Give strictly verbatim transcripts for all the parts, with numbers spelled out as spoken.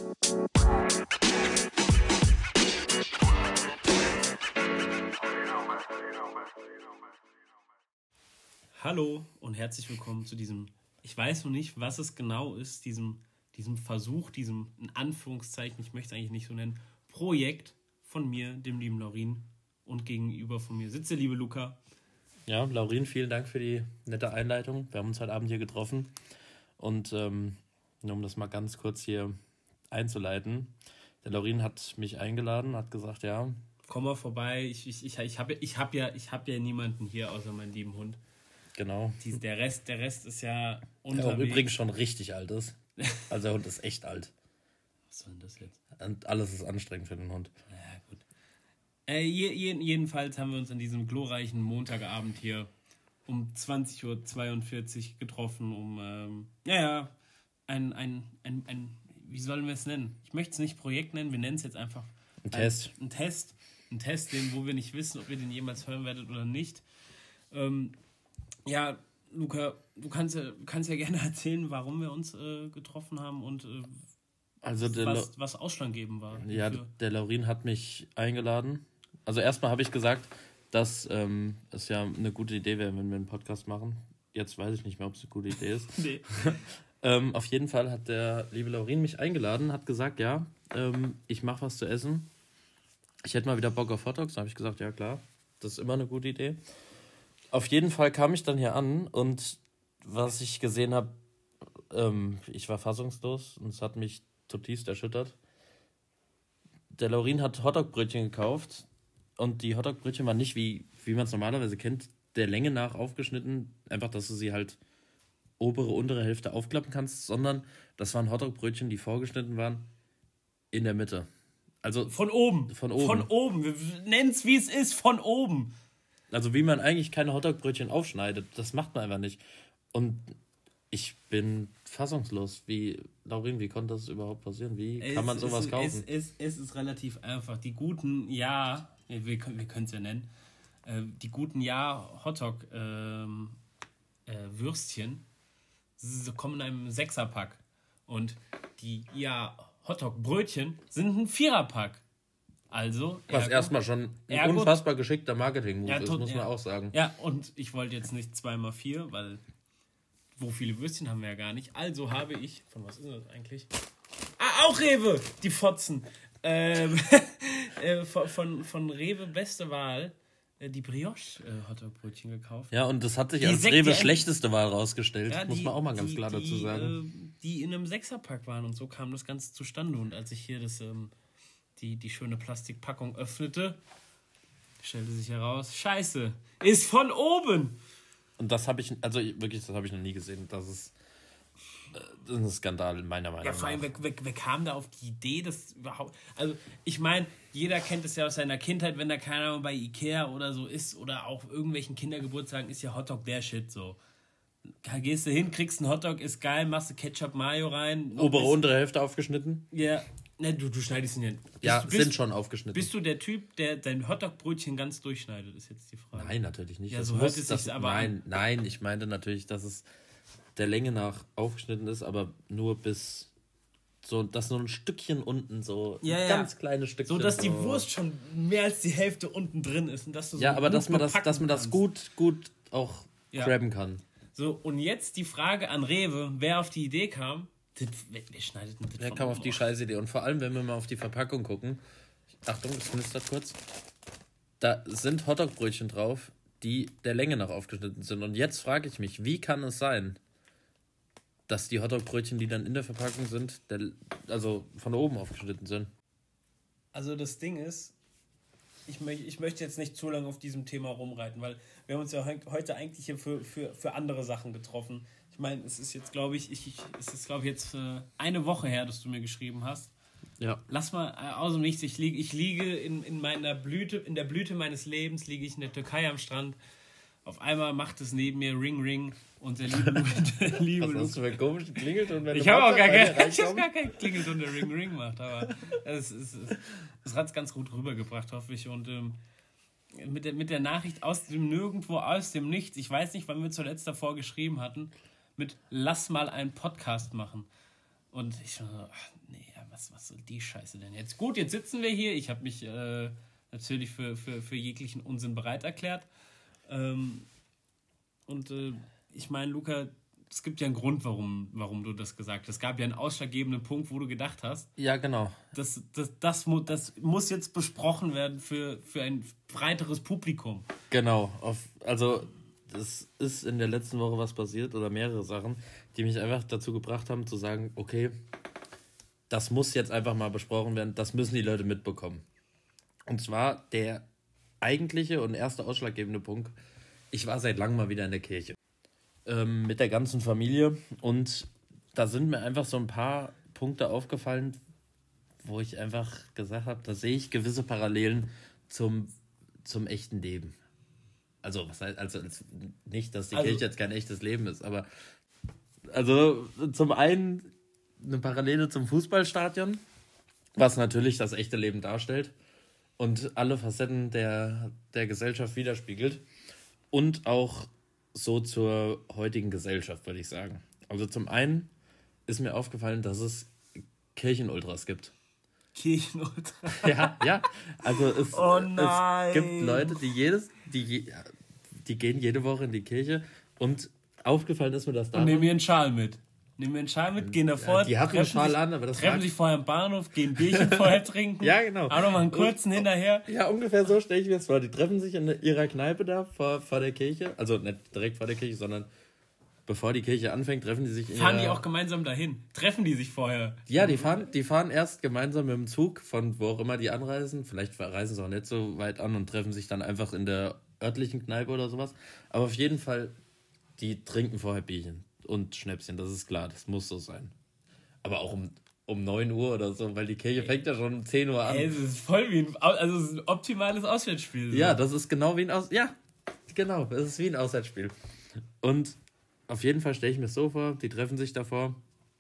Hallo und herzlich willkommen zu diesem, ich weiß noch nicht, was es genau ist, diesem, diesem Versuch, diesem, in Anführungszeichen, ich möchte es eigentlich nicht so nennen, Projekt von mir, dem lieben Laurin, und gegenüber von mir sitzt der liebe Luca. Ja, Laurin, vielen Dank für die nette Einleitung. Wir haben uns heute Abend hier getroffen und ähm, nur um das mal ganz kurz hier einzuleiten, der Laurin hat mich eingeladen, hat gesagt, ja. Komm mal vorbei, ich, ich, ich, ich habe ich hab ja, ich hab ja niemanden hier außer meinen lieben Hund. Genau. Die, der, Rest, der Rest ist ja unterwegs. Der auch übrigens schon richtig alt ist. Also der Hund ist echt alt. Was soll denn das jetzt? Und alles ist anstrengend für den Hund. Ja, gut. Äh, je, je, jedenfalls haben wir uns an diesem glorreichen Montagabend hier um zwanzig Uhr zweiundvierzig getroffen, um, ähm, naja, ein, ein, ein, ein, wie sollen wir es nennen? Ich möchte es nicht Projekt nennen, wir nennen es jetzt einfach ein Test. Ein, ein Test, ein Test, den, wo wir nicht wissen, ob ihr den jemals hören werdet oder nicht. Ähm, ja, Luca, du kannst ja, kannst ja gerne erzählen, warum wir uns äh, getroffen haben und äh, also der was, was ausschlaggebend war. Ja, dafür. Der Laurin hat mich eingeladen. Also erstmal habe ich gesagt, dass ähm, es ja eine gute Idee wäre, wenn wir einen Podcast machen. Jetzt weiß ich nicht mehr, ob es eine gute Idee ist. Nee. ähm, auf jeden Fall hat der liebe Laurin mich eingeladen, hat gesagt, ja, ähm, ich mache was zu essen. Ich hätte mal wieder Bock auf Hotdogs. Da habe ich gesagt, ja klar, das ist immer eine gute Idee. Auf jeden Fall kam ich dann hier an und was ich gesehen habe, ähm, ich war fassungslos und es hat mich zutiefst erschüttert. Der Laurin hat Hotdog-Brötchen gekauft und die Hotdog-Brötchen waren nicht, wie, wie man es normalerweise kennt, der Länge nach aufgeschnitten, einfach, dass du sie halt obere, untere Hälfte aufklappen kannst, sondern das waren Hotdog-Brötchen, die vorgeschnitten waren in der Mitte. Also von oben. Von oben. Von oben. Wir nennen es, wie es ist, von oben. Also wie man eigentlich keine Hotdog-Brötchen aufschneidet, das macht man einfach nicht. Und ich bin fassungslos. Wie, Laurin, wie konnte das überhaupt passieren? Wie kann man sowas es, kaufen? Es, es, es ist relativ einfach. Die guten, ja, wir, wir können es ja nennen, äh, die guten, ja, Hotdog-Würstchen ähm, äh, kommen in einem Sechserpack. Und die, ja, Hotdog-Brötchen sind ein Viererpack. Also, was ergo, erstmal schon ein ergo, unfassbar geschickter Marketing-Move ja, ist, tot, muss man ja. auch sagen. Ja, und ich wollte jetzt nicht zweimal vier, weil so viele Würstchen haben wir ja gar nicht. Also habe ich, von was ist das eigentlich? Ah, auch Rewe, die Fotzen. Ähm, äh, von, von, von Rewe beste Wahl, äh, die Brioche-Hotdog-Brötchen gekauft. Ja, und das hat sich Die als Sekte- Rewe schlechteste Wahl rausgestellt, Ja, muss die- man auch mal ganz die, klar dazu die, sagen. Äh, die in einem Sechserpack waren und so kam das Ganze zustande. Und als ich hier das, ähm, die, die schöne Plastikpackung öffnete, stellte sich heraus, scheiße, ist von oben. Und das habe ich, also wirklich, das habe ich noch nie gesehen. Das ist, das ist ein Skandal, meiner Meinung Ja, nach. vor allem, wer, wer, wer kam da auf die Idee, das überhaupt... Also, ich meine, jeder kennt es ja aus seiner Kindheit, wenn da keiner bei Ikea oder so ist oder auch irgendwelchen Kindergeburtstagen, ist ja Hotdog der Shit, so. Da gehst du hin, kriegst einen Hotdog, ist geil, machst du Ketchup, Mayo rein. Obere, untere Hälfte aufgeschnitten? Ja, ne, du, du schneidest ihn ja. Bist, Ja, bist, sind schon aufgeschnitten. Bist du der Typ, der dein Hotdog-Brötchen ganz durchschneidet, ist jetzt die Frage. Nein, natürlich nicht. Ja, das so muss, hört es das, sich aber nein, an. nein, ich meinte natürlich, dass es der Länge nach aufgeschnitten ist, aber nur bis so, dass nur ein Stückchen unten so, Ja, ein ja. ganz kleines Stückchen. So, dass die Wurst schon mehr als die Hälfte unten drin ist. Und dass du so Ja, aber gut dass man das, bepacken dass man das kannst. gut, gut auch Ja. grabben kann. So, und jetzt die Frage an Rewe, wer auf die Idee kam, das, wer, wer schneidet denn das Wer von kam oben auf die auf? scheiß Idee? Und vor allem, wenn wir mal auf die Verpackung gucken, Achtung, es knistert kurz, da sind Hotdog-Brötchen drauf, die der Länge nach aufgeschnitten sind. Und jetzt frage ich mich, wie kann es sein, dass die Hotdog-Brötchen, die dann in der Verpackung sind, der, also von oben aufgeschnitten sind? Also das Ding ist, ich, möch, ich möchte jetzt nicht zu lange auf diesem Thema rumreiten, weil wir haben uns ja he- heute eigentlich hier für, für, für andere Sachen getroffen. Ich meine, es ist jetzt, glaube ich, ich, ich, es ist, glaube ich, jetzt äh, eine Woche her, dass du mir geschrieben hast. Ja. Lass mal äh, aus dem Nichts, ich liege, ich liege in, in meiner Blüte, in der Blüte meines Lebens, liege ich in der Türkei am Strand. Auf einmal macht es neben mir Ring Ring und der liebe, der liebe Was hast du für komisch geklingelt? Und wenn Ich du habe auch WhatsApp gar bei dir kein, ich hab reinkommst? gar kein Klingelton der Ring Ring gemacht, aber es, es, es, es hat es ganz gut rübergebracht, hoffe ich. Und ähm, mit, der, mit der Nachricht aus dem Nirgendwo, aus dem Nichts, ich weiß nicht, wann wir zuletzt davor geschrieben hatten, mit lass mal einen Podcast machen. Und ich so, ach, nee, was, was soll die Scheiße denn jetzt? Gut, jetzt sitzen wir hier. Ich habe mich äh, natürlich für, für, für jeglichen Unsinn bereit erklärt. Ähm, und äh, ich meine, Luca, es gibt ja einen Grund, warum, warum du das gesagt hast. Es gab ja einen ausschlaggebenden Punkt, wo du gedacht hast. Ja, genau. Das, das, das, mu- das muss jetzt besprochen werden für, für ein breiteres Publikum. Genau. Auf, also, es ist in der letzten Woche was passiert oder mehrere Sachen, die mich einfach dazu gebracht haben, zu sagen, okay, das muss jetzt einfach mal besprochen werden, das müssen die Leute mitbekommen. Und zwar der eigentliche und erste ausschlaggebende Punkt, ich war seit langem mal wieder in der Kirche. Ähm, mit der ganzen Familie und da sind mir einfach so ein paar Punkte aufgefallen, wo ich einfach gesagt habe, da sehe ich gewisse Parallelen zum, zum echten Leben. Also, was heißt, also nicht, dass die Also, Kirche jetzt kein echtes Leben ist, aber also zum einen eine Parallele zum Fußballstadion, was natürlich das echte Leben darstellt und alle Facetten der, der Gesellschaft widerspiegelt und auch so zur heutigen Gesellschaft, würde ich sagen. Also zum einen ist mir aufgefallen, dass es Kirchenultras gibt. Kirchenultras? Ja, ja. Also es, oh nein. es gibt Leute, die jedes, die, die gehen jede Woche in die Kirche und aufgefallen ist mir das da. Und nehmen ihren Schal mit. Nehmen ihren Schal mit, gehen davor. Ja, die hatten einen Schal an, aber das treffen war... sich vorher am Bahnhof, gehen ein Bierchen vorher trinken. Ja, genau. Auch nochmal einen kurzen und, hinterher. Ja, ungefähr so stelle ich mir das vor. Die treffen sich in ihrer Kneipe da vor, vor der Kirche. Also nicht direkt vor der Kirche, sondern bevor die Kirche anfängt, treffen die sich in Fahren ihrer... die auch gemeinsam dahin? Treffen die sich vorher? Ja, die fahren, die fahren erst gemeinsam mit dem Zug, von wo auch immer die anreisen. Vielleicht reisen sie auch nicht so weit an und treffen sich dann einfach in der örtlichen Kneipe oder sowas. Aber auf jeden Fall, die trinken vorher Bierchen und Schnäpschen, das ist klar, das muss so sein. Aber auch um, um neun Uhr oder so, weil die Kirche fängt ja schon um zehn Uhr an. Ey, es ist voll wie ein, also es ist ein optimales Auswärtsspiel. So. Ja, das ist genau wie ein Aus... Ja, genau, es ist wie ein Auswärtsspiel. Und auf jeden Fall stelle ich mir das so vor, die treffen sich davor,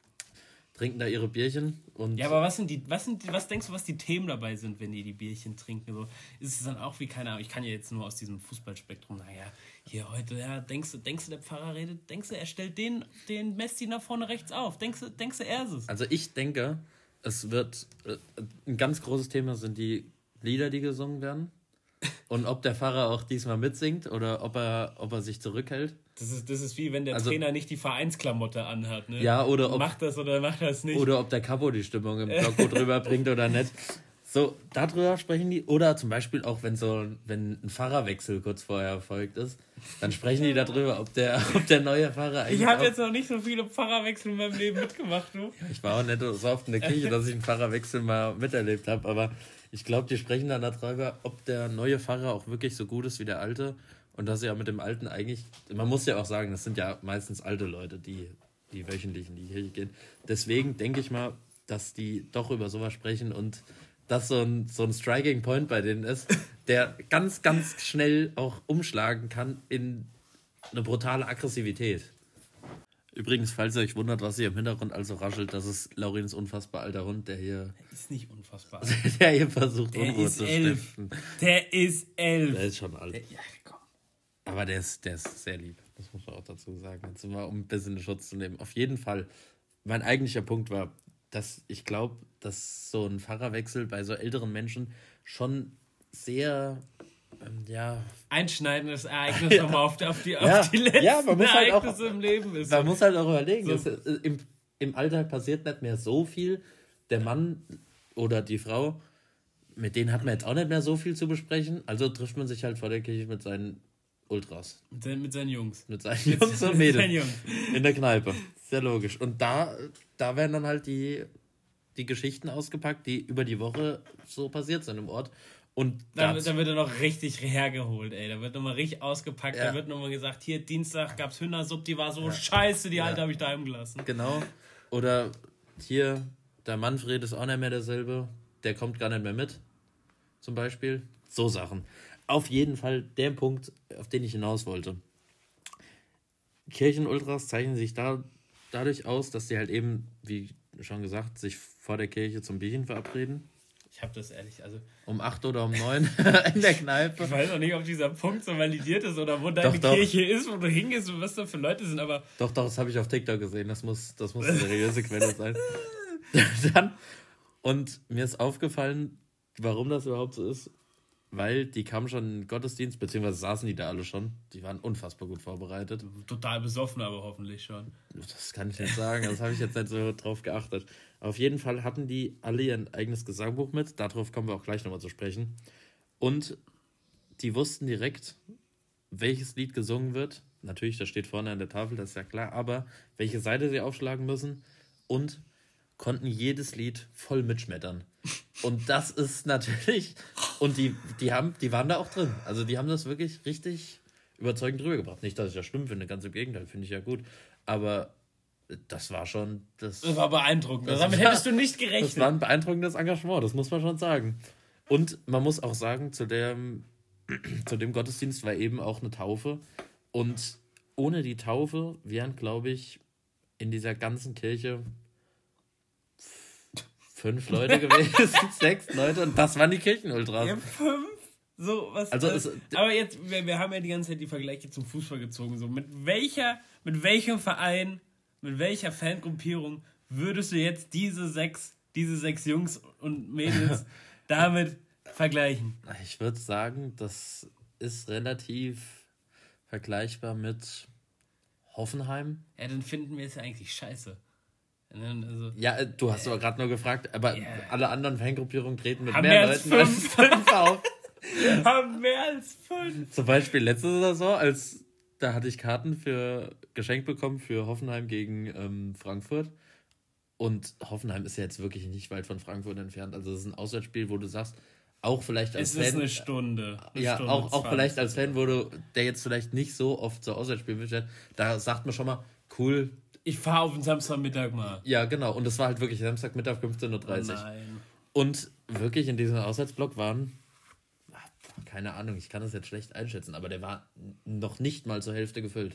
trinken da ihre Bierchen und... Ja, aber was sind die, was sind, was denkst du, was die Themen dabei sind, wenn die die Bierchen trinken? So, ist es dann auch wie, keine Ahnung, ich kann ja jetzt nur aus diesem Fußballspektrum, naja, hier heute, ja, denkst du, denkst du, der Pfarrer redet, denkst du, er stellt den, den Messi nach vorne rechts auf, denkst du, denkst du, er ist es? Also ich denke, es wird, äh, ein ganz großes Thema sind die Lieder, die gesungen werden. Und ob der Pfarrer auch diesmal mitsingt oder ob er, ob er sich zurückhält. Das ist, das ist wie wenn der also, Trainer nicht die Vereinsklamotte anhat. Ne? Ja, oder ob, macht das oder macht das nicht. Oder ob der Capo die Stimmung im Blocko drüber bringt oder nicht. So, darüber sprechen die. Oder zum Beispiel auch, wenn so wenn ein Fahrerwechsel kurz vorher erfolgt ist, dann sprechen die darüber, ob der, ob der neue Fahrer eigentlich. Ich habe jetzt noch nicht so viele Fahrerwechsel in meinem Leben mitgemacht, du. Ich war auch nicht so oft in der Kirche, dass ich einen Fahrerwechsel mal miterlebt habe, aber ich glaube, die sprechen dann darüber, ob der neue Fahrer auch wirklich so gut ist wie der alte und dass er mit dem alten eigentlich, man muss ja auch sagen, das sind ja meistens alte Leute, die, die wöchentlich in die Kirche gehen. Deswegen denke ich mal, dass die doch über sowas sprechen und das so ein, so ein Striking Point bei denen ist, der ganz, ganz schnell auch umschlagen kann in eine brutale Aggressivität. Übrigens, falls ihr euch wundert, was hier im Hintergrund also raschelt, das ist Laurins unfassbar alter Hund, der hier... Der ist nicht unfassbar. der hier versucht, der Unruhe ist zu elf. stiften. Der ist elf. Der ist schon alt. Der, ja, komm. Aber der ist, der ist sehr lieb. Das muss man auch dazu sagen. Jetzt sind wir, um ein bisschen in Schutz zu nehmen. Auf jeden Fall, mein eigentlicher Punkt war, dass ich glaube, dass so ein Fahrerwechsel bei so älteren Menschen schon sehr... Ja. Einschneidendes Ereignis ja. nochmal auf die, auf die, ja. auf die letzten ja, man muss halt Ereignisse auch, im Leben ist. Man muss halt auch überlegen, so. es, im, im Alltag passiert nicht mehr so viel. Der Mann oder die Frau, mit denen hat man jetzt auch nicht mehr so viel zu besprechen. Also trifft man sich halt vor der Kirche mit seinen Ultras. Mit, seinen, mit seinen Jungs. Mit seinen mit Jungs und Mädels. In der Kneipe. Sehr logisch. Und da, da werden dann halt die, die Geschichten ausgepackt, die über die Woche so passiert sind im Ort. Und da, da wird er noch richtig hergeholt, ey. Da wird nochmal richtig ausgepackt. Ja. Da wird nochmal gesagt, hier, Dienstag gab's Hühnersuppe, die war so ja. scheiße, die ja. alte habe ich daheim gelassen. Genau. Oder hier, der Manfred ist auch nicht mehr derselbe. Der kommt gar nicht mehr mit. Zum Beispiel. So Sachen. Auf jeden Fall der Punkt, auf den ich hinaus wollte. Kirchenultras zeichnen sich da, dadurch aus, dass sie halt eben, wie schon gesagt, sich vor der Kirche zum Bierchen verabreden. Ich habe das ehrlich, also... Um acht oder um neun in der Kneipe. Ich weiß auch nicht, ob dieser Punkt so validiert ist oder wo deine doch, Kirche doch. ist, wo du hingehst und was da für Leute sind, aber... Doch, doch, das habe ich auf TikTok gesehen. Das muss, das muss eine seriöse Quelle sein. Dann, und mir ist aufgefallen, warum das überhaupt so ist, weil die kamen schon in den Gottesdienst, beziehungsweise saßen die da alle schon. Die waren unfassbar gut vorbereitet. Total besoffen, aber hoffentlich schon. Das kann ich nicht sagen, das habe ich jetzt nicht so drauf geachtet. Auf jeden Fall hatten die alle ihr eigenes Gesangbuch mit, darauf kommen wir auch gleich nochmal zu sprechen. Und die wussten direkt, welches Lied gesungen wird. Natürlich, das steht vorne an der Tafel, das ist ja klar, aber welche Seite sie aufschlagen müssen und konnten jedes Lied voll mitschmettern. Und das ist natürlich, und die, die, haben, die waren da auch drin. Also die haben das wirklich richtig überzeugend rübergebracht. Nicht, dass ich das schlimm finde, ganz im Gegenteil, finde ich ja gut. Aber das war schon... Das, das war beeindruckend. Das Damit war, hättest du nicht gerechnet. Das war ein beeindruckendes Engagement, das muss man schon sagen. Und man muss auch sagen, zu dem, zu dem Gottesdienst war eben auch eine Taufe. Und ohne die Taufe wären, glaube ich, in dieser ganzen Kirche fünf Leute gewesen, sechs Leute, und das waren die Kirchenultras. Ja, fünf? So, was, also was, es, aber jetzt, wir, wir haben ja die ganze Zeit die Vergleiche zum Fußball gezogen. So, mit welcher, mit welchem Verein, mit welcher Fangruppierung würdest du jetzt diese sechs, diese sechs Jungs und Mädels damit vergleichen? Ich würde sagen, das ist relativ vergleichbar mit Hoffenheim. Ja, dann finden wir es ja eigentlich scheiße. Also, ja, du hast äh, aber gerade nur gefragt, aber yeah. alle anderen Fangruppierungen treten mit haben mehr, mehr Leuten als fünf, als fünf auf. Haben mehr als fünf. Zum Beispiel letzte Saison, als da hatte ich Karten für geschenkt bekommen für Hoffenheim gegen ähm, Frankfurt. Und Hoffenheim ist ja jetzt wirklich nicht weit von Frankfurt entfernt. Also es ist ein Auswärtsspiel, wo du sagst, auch vielleicht als es Fan... Es ist eine Stunde. Eine ja, Stunde auch, auch vielleicht als Fan, wo du, der jetzt vielleicht nicht so oft so Auswärtsspielen will, da sagt man schon mal, cool... Ich fahre auf den Samstagmittag mal. Ja, genau. Und das war halt wirklich Samstagmittag fünfzehn Uhr dreißig. Oh nein. Und wirklich in diesem Auswärtsblock waren, keine Ahnung, ich kann das jetzt schlecht einschätzen, aber der war noch nicht mal zur Hälfte gefüllt.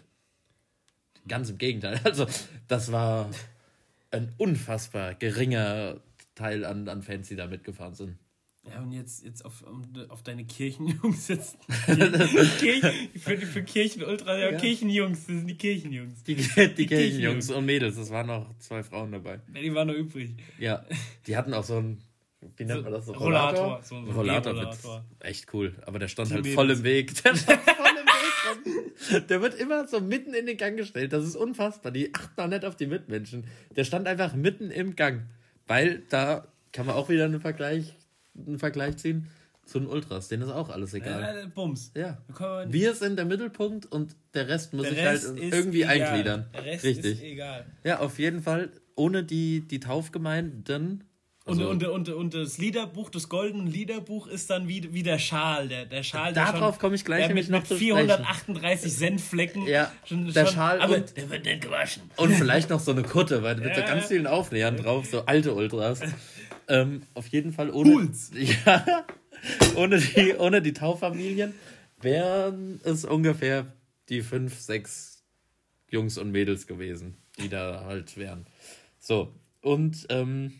Ganz im Gegenteil. Also, das war ein unfassbar geringer Teil an, an Fans, die da mitgefahren sind. Ja, und jetzt, jetzt auf, auf deine Kirchenjungs jetzt. Kirchen, für, für Kirchenultra, ja, ja, Kirchenjungs, das sind die Kirchenjungs. Die, die, die Kirchenjungs und Mädels, es waren noch zwei Frauen dabei. Ja, die waren noch übrig. Ja, die hatten auch so ein, wie nennt man das? So Rollator. Rollator, so ein Rollator, Rollator. Mit, echt cool, aber der stand die halt Mädels. voll im Weg. Der stand voll im Weg. Der wird immer so mitten in den Gang gestellt, das ist unfassbar. Die achten auch nicht auf die Mitmenschen. Der stand einfach mitten im Gang, weil da kann man auch wieder einen Vergleich einen Vergleich ziehen zu den Ultras. Denen ist auch alles egal. Ja, Bums. Ja. Wir sind der Mittelpunkt und der Rest muss sich halt irgendwie egal. eingliedern. Der Rest Richtig. ist egal. Ja, auf jeden Fall. Ohne die, die Taufgemeinden. Also und, und, und, und das Liederbuch, das goldene Liederbuch ist dann wie, wie der Schal. Der, der Schal, der darauf komme ich gleich nämlich noch zu sprechen. vierhundertachtunddreißig Senfflecken. Ja, schon, der schon, Schal. Aber und, der wird nicht gewaschen. Und vielleicht noch so eine Kutte, weil mit ja. so ganz vielen Aufnähern drauf, so alte Ultras. Ähm, auf jeden Fall ohne, ja, ohne, die, ohne die Tauffamilien wären es ungefähr die fünf, sechs Jungs und Mädels gewesen, die da halt wären. So, und ähm,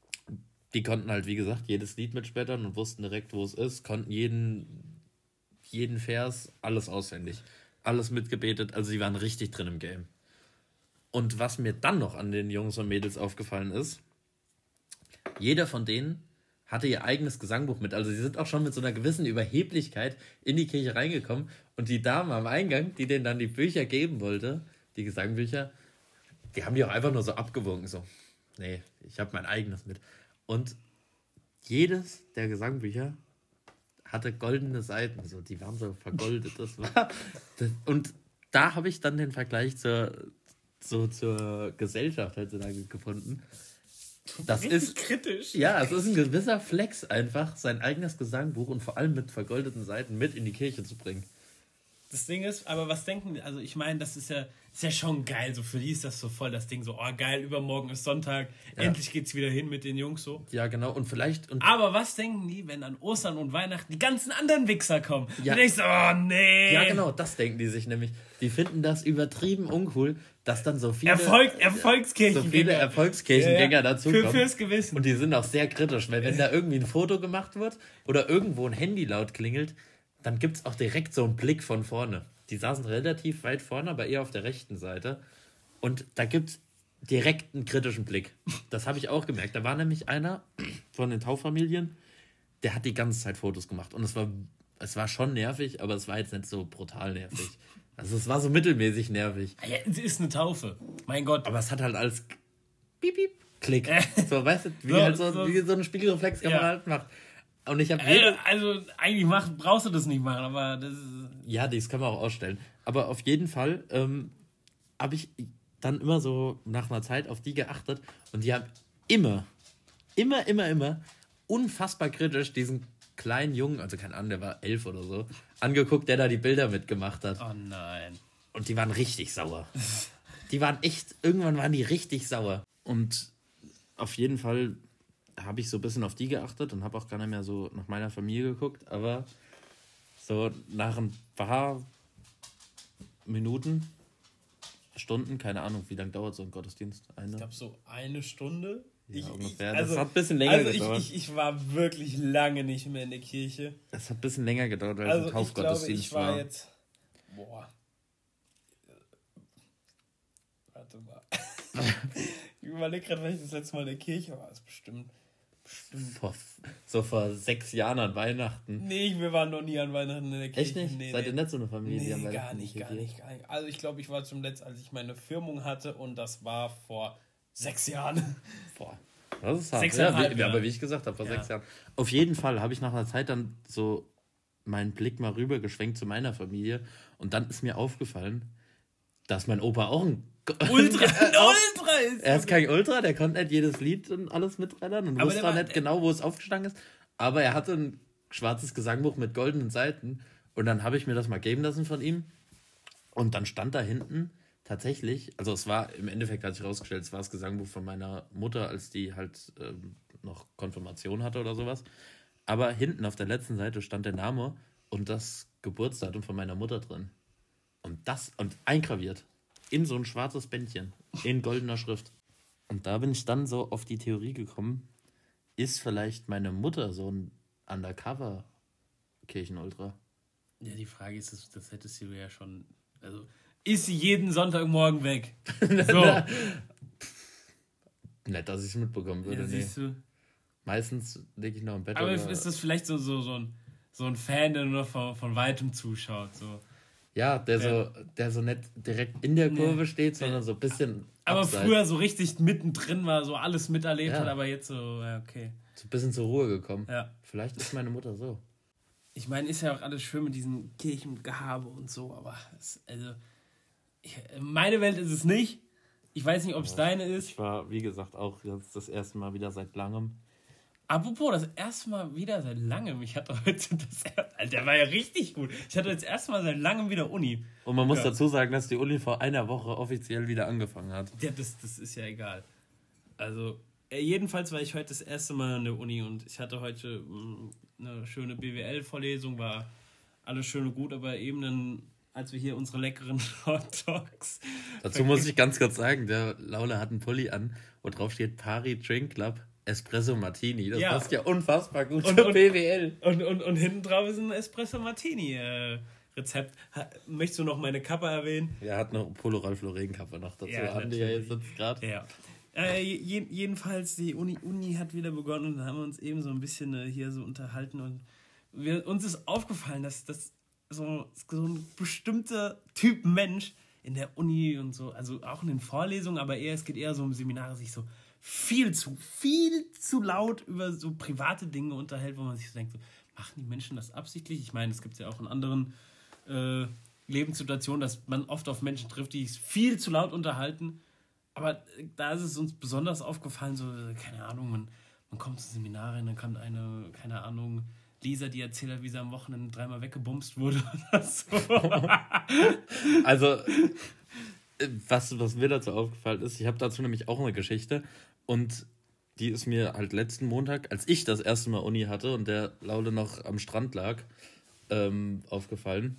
die konnten halt, wie gesagt, jedes Lied mitspättern und wussten direkt, wo es ist, konnten jeden, jeden Vers, alles auswendig, alles mitgebetet, also sie waren richtig drin im Game. Und was mir dann noch an den Jungs und Mädels aufgefallen ist, jeder von denen hatte ihr eigenes Gesangbuch mit. Also sie sind auch schon mit so einer gewissen Überheblichkeit in die Kirche reingekommen. Und die Dame am Eingang, die denen dann die Bücher geben wollte, die Gesangbücher, die haben die auch einfach nur so abgewunken. So, nee, ich habe mein eigenes mit. Und jedes der Gesangbücher hatte goldene Seiten. So, die waren so vergoldet. Das war, das, und da habe ich dann den Vergleich zur, so, zur Gesellschaft heutzutage gefunden. Das ist kritisch. Ja, es ist ein gewisser Flex einfach, sein eigenes Gesangbuch und vor allem mit vergoldeten Seiten mit in die Kirche zu bringen. Das Ding ist, aber was denken, also ich meine, das ist ja, ist ja schon geil, so für die ist das so voll das Ding, so, oh geil, übermorgen ist Sonntag, ja. Endlich geht's wieder hin mit den Jungs so. Ja, genau, und vielleicht... Und aber was denken die, wenn an Ostern und Weihnachten die ganzen anderen Wichser kommen? Ja. Und ich so, oh nee. Ja, genau, das denken die sich nämlich. Die finden das übertrieben uncool, dass dann so viele... Erfolg, Erfolgskirchengänger. So viele Erfolgskirchengänger ja, ja. dazukommen. Für, fürs Gewissen. Und die sind auch sehr kritisch, weil wenn da irgendwie ein Foto gemacht wird oder irgendwo ein Handy laut klingelt, dann gibt es auch direkt so einen Blick von vorne. Die saßen relativ weit vorne, aber eher auf der rechten Seite. Und da gibt es direkt einen kritischen Blick. Das habe ich auch gemerkt. Da war nämlich einer von den Taufamilien, der hat die ganze Zeit Fotos gemacht. Und es war, es war schon nervig, aber es war jetzt nicht so brutal nervig. Also es war so mittelmäßig nervig. Ja, es ist eine Taufe. Mein Gott. Aber es hat halt alles piep, piep, Klick. So, weißt du, wie, so, halt so, so, wie so eine Spiegelreflexkamera ja. halt macht. Und ich habe äh, Also eigentlich mach, brauchst du das nicht machen, aber das ist... Ja, das kann man auch ausstellen. Aber auf jeden Fall ähm, habe ich dann immer so nach einer Zeit auf die geachtet und die haben immer, immer, immer, immer unfassbar kritisch diesen kleinen Jungen, also keine Ahnung, der war elf oder so, angeguckt, der da die Bilder mitgemacht hat. Oh nein. Und die waren richtig sauer. Die waren echt, irgendwann waren die richtig sauer. Und auf jeden Fall habe ich so ein bisschen auf die geachtet und habe auch gar nicht mehr so nach meiner Familie geguckt, aber so nach ein paar Minuten, Stunden, keine Ahnung, wie lange dauert so ein Gottesdienst? Eine? Ich glaube so eine Stunde. Ja, ich, ungefähr. Ich, also, das hat ein bisschen länger also gedauert. Ich, ich, ich war wirklich lange nicht mehr in der Kirche. Es hat ein bisschen länger gedauert, als also ein Taufgottesdienst ich glaube, ich war war. jetzt... Boah. Warte mal. Ich überlege gerade, wenn ich das letzte Mal in der Kirche war. Das ist bestimmt... bestimmt. Vor, so vor sechs Jahren an Weihnachten. Nee, wir waren noch nie an Weihnachten in der Kirche. Echt nicht? Nee, Seid nee. ihr nicht so eine Familie, nee, die an Weihnachten gar nicht, in die gar Kirche nicht, gar nicht. Also ich glaube, ich war zum letzten, als ich meine Firmung hatte und das war vor sechs Jahren. Boah, das ist hart. Sechseinhalb, Ja, wie, ja. Aber wie ich gesagt habe, vor Ja. sechs Jahren. Auf jeden Fall habe ich nach einer Zeit dann so meinen Blick mal rüber geschwenkt zu meiner Familie und dann ist mir aufgefallen, dass mein Opa auch ein Ultra, ein Ultra ist. Er ist kein Ultra, der konnte nicht jedes Lied und alles mitrennen und Aber wusste der auch war- nicht genau, wo es aufgestanden ist. Aber er hatte ein schwarzes Gesangbuch mit goldenen Seiten und dann habe ich mir das mal geben lassen von ihm und dann stand da hinten tatsächlich, also es war im Endeffekt, hat sich rausgestellt, es war das Gesangbuch von meiner Mutter, als die halt ähm, noch Konfirmation hatte oder sowas. Aber hinten auf der letzten Seite stand der Name und das Geburtsdatum von meiner Mutter drin. Und das, und eingraviert. In so ein schwarzes Bändchen. In goldener Schrift. Und da bin ich dann so auf die Theorie gekommen, ist vielleicht meine Mutter so ein Undercover-Kirchenultra? Ja, die Frage ist, das, das hättest du ja schon... Also, ist sie jeden Sonntagmorgen weg? So. Nicht, dass ich es mitbekommen würde, Ja, nee. siehst du. Meistens lege ich noch im Bett. Aber oder ist das vielleicht so, so, so, ein, so ein Fan, der nur von, von Weitem zuschaut? So. ja, der, Ja. so, der so nicht direkt in der Kurve Nee. steht, sondern so ein bisschen Aber abseits. früher so richtig mittendrin war, so alles miterlebt Ja. hat, aber jetzt so, ja, okay. So ein bisschen zur Ruhe gekommen. Ja. Vielleicht ist meine Mutter so. Ich meine, ist ja auch alles schön mit diesem Kirchengehabe und so, aber es, also, ich, meine Welt ist es nicht. Ich weiß nicht, ob es deine ist. Ich war, wie gesagt, auch jetzt das erste Mal wieder seit langem. Apropos, das erste Mal wieder seit langem. Ich hatte heute das erste, Alter, der war ja richtig gut. Ich hatte das erste Mal seit langem wieder Uni. Und man muss Ja. dazu sagen, dass die Uni vor einer Woche offiziell wieder angefangen hat. Ja, das, das ist ja egal. Also, äh, jedenfalls war ich heute das erste Mal in der Uni und ich hatte heute mh, eine schöne B W L-Vorlesung, war alles schön und gut, aber eben dann, als wir hier unsere leckeren Hot Dogs... Dazu muss ich ganz kurz sagen, der Laula hat einen Pulli an, wo drauf steht Pari Drink Club Espresso Martini. Das Ja. passt ja unfassbar gut Und- zur und- B W L. Und, und, und hinten drauf ist ein Espresso Martini äh, Rezept. Ha, möchtest du noch meine Kappe erwähnen? Er hat eine Polo Ralph Lauren Kappe noch dazu. Ja, Andi ja jetzt sitzt gerade. Ja. Äh, je, jedenfalls, die Uni, Uni hat wieder begonnen und da haben wir uns eben so ein bisschen äh, hier so unterhalten und wir, uns ist aufgefallen, dass, dass so, so ein bestimmter Typ Mensch in der Uni und so, also auch in den Vorlesungen, aber eher, es geht eher so um Seminare, sich so viel zu, viel zu laut über so private Dinge unterhält, wo man sich so denkt, so, machen die Menschen das absichtlich? Ich meine, es gibt ja auch in anderen äh, Lebenssituationen, dass man oft auf Menschen trifft, die sich viel zu laut unterhalten. Aber da ist es uns besonders aufgefallen, so, keine Ahnung, man, man kommt zu Seminaren, dann kommt eine, keine Ahnung, Lisa, die erzählt hat, wie sie am Wochenende dreimal weggebumst wurde oder so. Also, äh, was, was mir dazu aufgefallen ist, ich habe dazu nämlich auch eine Geschichte und die ist mir halt letzten Montag, als ich das erste Mal Uni hatte und der Laule noch am Strand lag, ähm, aufgefallen.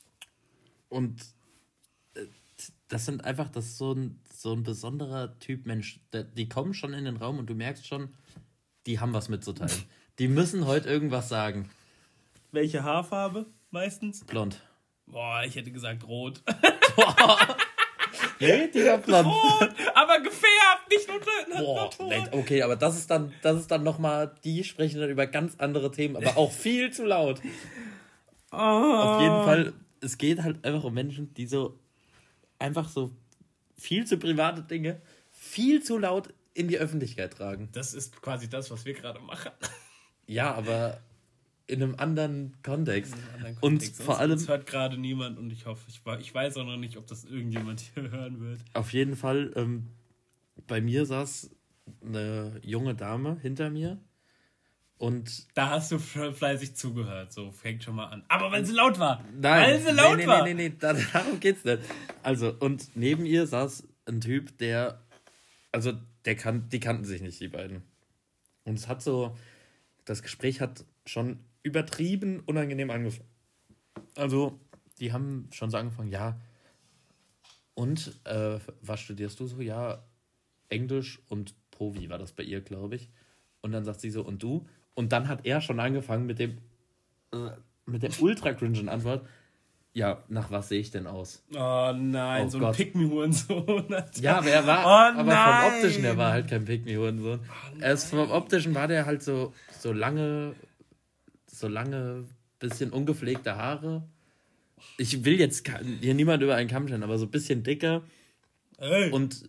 Und äh, das sind einfach, das ist so ein, so ein besonderer Typ Mensch. Der, die kommen schon in den Raum und du merkst schon, die haben was mitzuteilen. Die müssen heute irgendwas sagen. Welche Haarfarbe meistens? Blond. Boah, ich hätte gesagt rot. Nee, die war blond. Tot, aber gefärbt, nicht nur, nur Boah, tot. nee, okay, aber das ist dann, das ist dann nochmal, die sprechen dann über ganz andere Themen, aber auch viel zu laut. Oh. Auf jeden Fall, es geht halt einfach um Menschen, die so einfach so viel zu private Dinge viel zu laut in die Öffentlichkeit tragen. Das ist quasi das, was wir gerade machen. Ja, aber in einem anderen Kontext. In einem anderen Und Kontext. vor Uns- allem, uns hört gerade niemand und ich hoffe, ich, wa- ich weiß auch noch nicht, ob das irgendjemand hier hören wird. auf jeden Fall, ähm, bei mir saß eine junge Dame hinter mir und Da hast du fle- fleißig zugehört, so fängt schon mal an. Aber weil sie laut war. Nein, weil sie laut nee, nee, war. nee, nee, nee, da- darum geht's nicht. Also, und neben ihr saß ein Typ, der, also, der kann, die kannten sich nicht, die beiden. Und es hat so, das Gespräch hat schon übertrieben unangenehm angefangen. Also, die haben schon so angefangen, ja, und, äh, was studierst du so? Ja, Englisch und Provi war das bei ihr, glaube ich. Und dann sagt sie so, und du? Und dann hat er schon angefangen mit dem, äh, mit der ultra cringen Antwort, ja, nach was sehe ich denn aus? Oh nein, Oh so ein Gott. Pick-me-Hurensohn. Ja, aber er war, Oh aber nein. vom Optischen, der war halt kein Pick-me-Hurensohn. Erst vom Optischen war der halt so, so lange, so lange, bisschen ungepflegte Haare. Ich will jetzt ka- hier niemand über einen Kamm stellen, aber so ein bisschen dicker Ey. und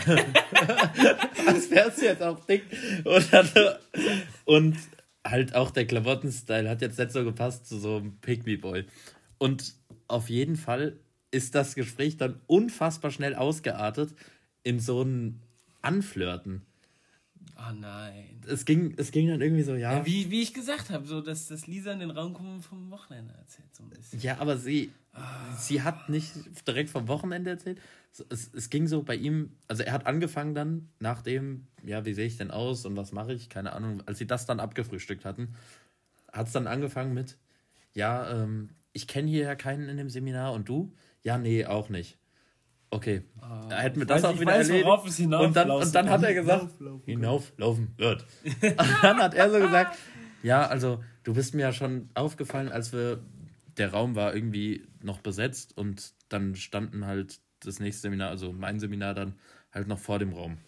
als wär's jetzt auch dick und, hatte, und halt auch der Klamottenstyle hat jetzt nicht so gepasst zu so einem Pick-me-Boy. Und auf jeden Fall ist das Gespräch dann unfassbar schnell ausgeartet in so ein Anflirten. Oh nein. Es ging, es ging dann irgendwie so, ja. Ja, wie, wie ich gesagt habe, so dass, dass Lisa in den Raum kommt vom Wochenende erzählt, so ein bisschen. Ja, aber sie, sie hat nicht direkt vom Wochenende erzählt. Es, es ging so bei ihm, also er hat angefangen dann, nachdem, ja, wie sehe ich denn aus und was mache ich, keine Ahnung, als sie das dann abgefrühstückt hatten, hat es dann angefangen mit, ja, ähm, ich kenne hier ja keinen in dem Seminar und du? Ja, nee, auch nicht. Okay, da hätten wir ich das weiß- auch ich wieder weiß, erledigt. worauf es hinauflaufen Und dann, und dann hat er gesagt, Lauf, lauf, hinauflaufen wird. Und dann hat er so gesagt, ja, also du bist mir ja schon aufgefallen, als wir, der Raum war irgendwie noch besetzt und dann standen halt das nächste Seminar, also mein Seminar dann halt noch vor dem Raum.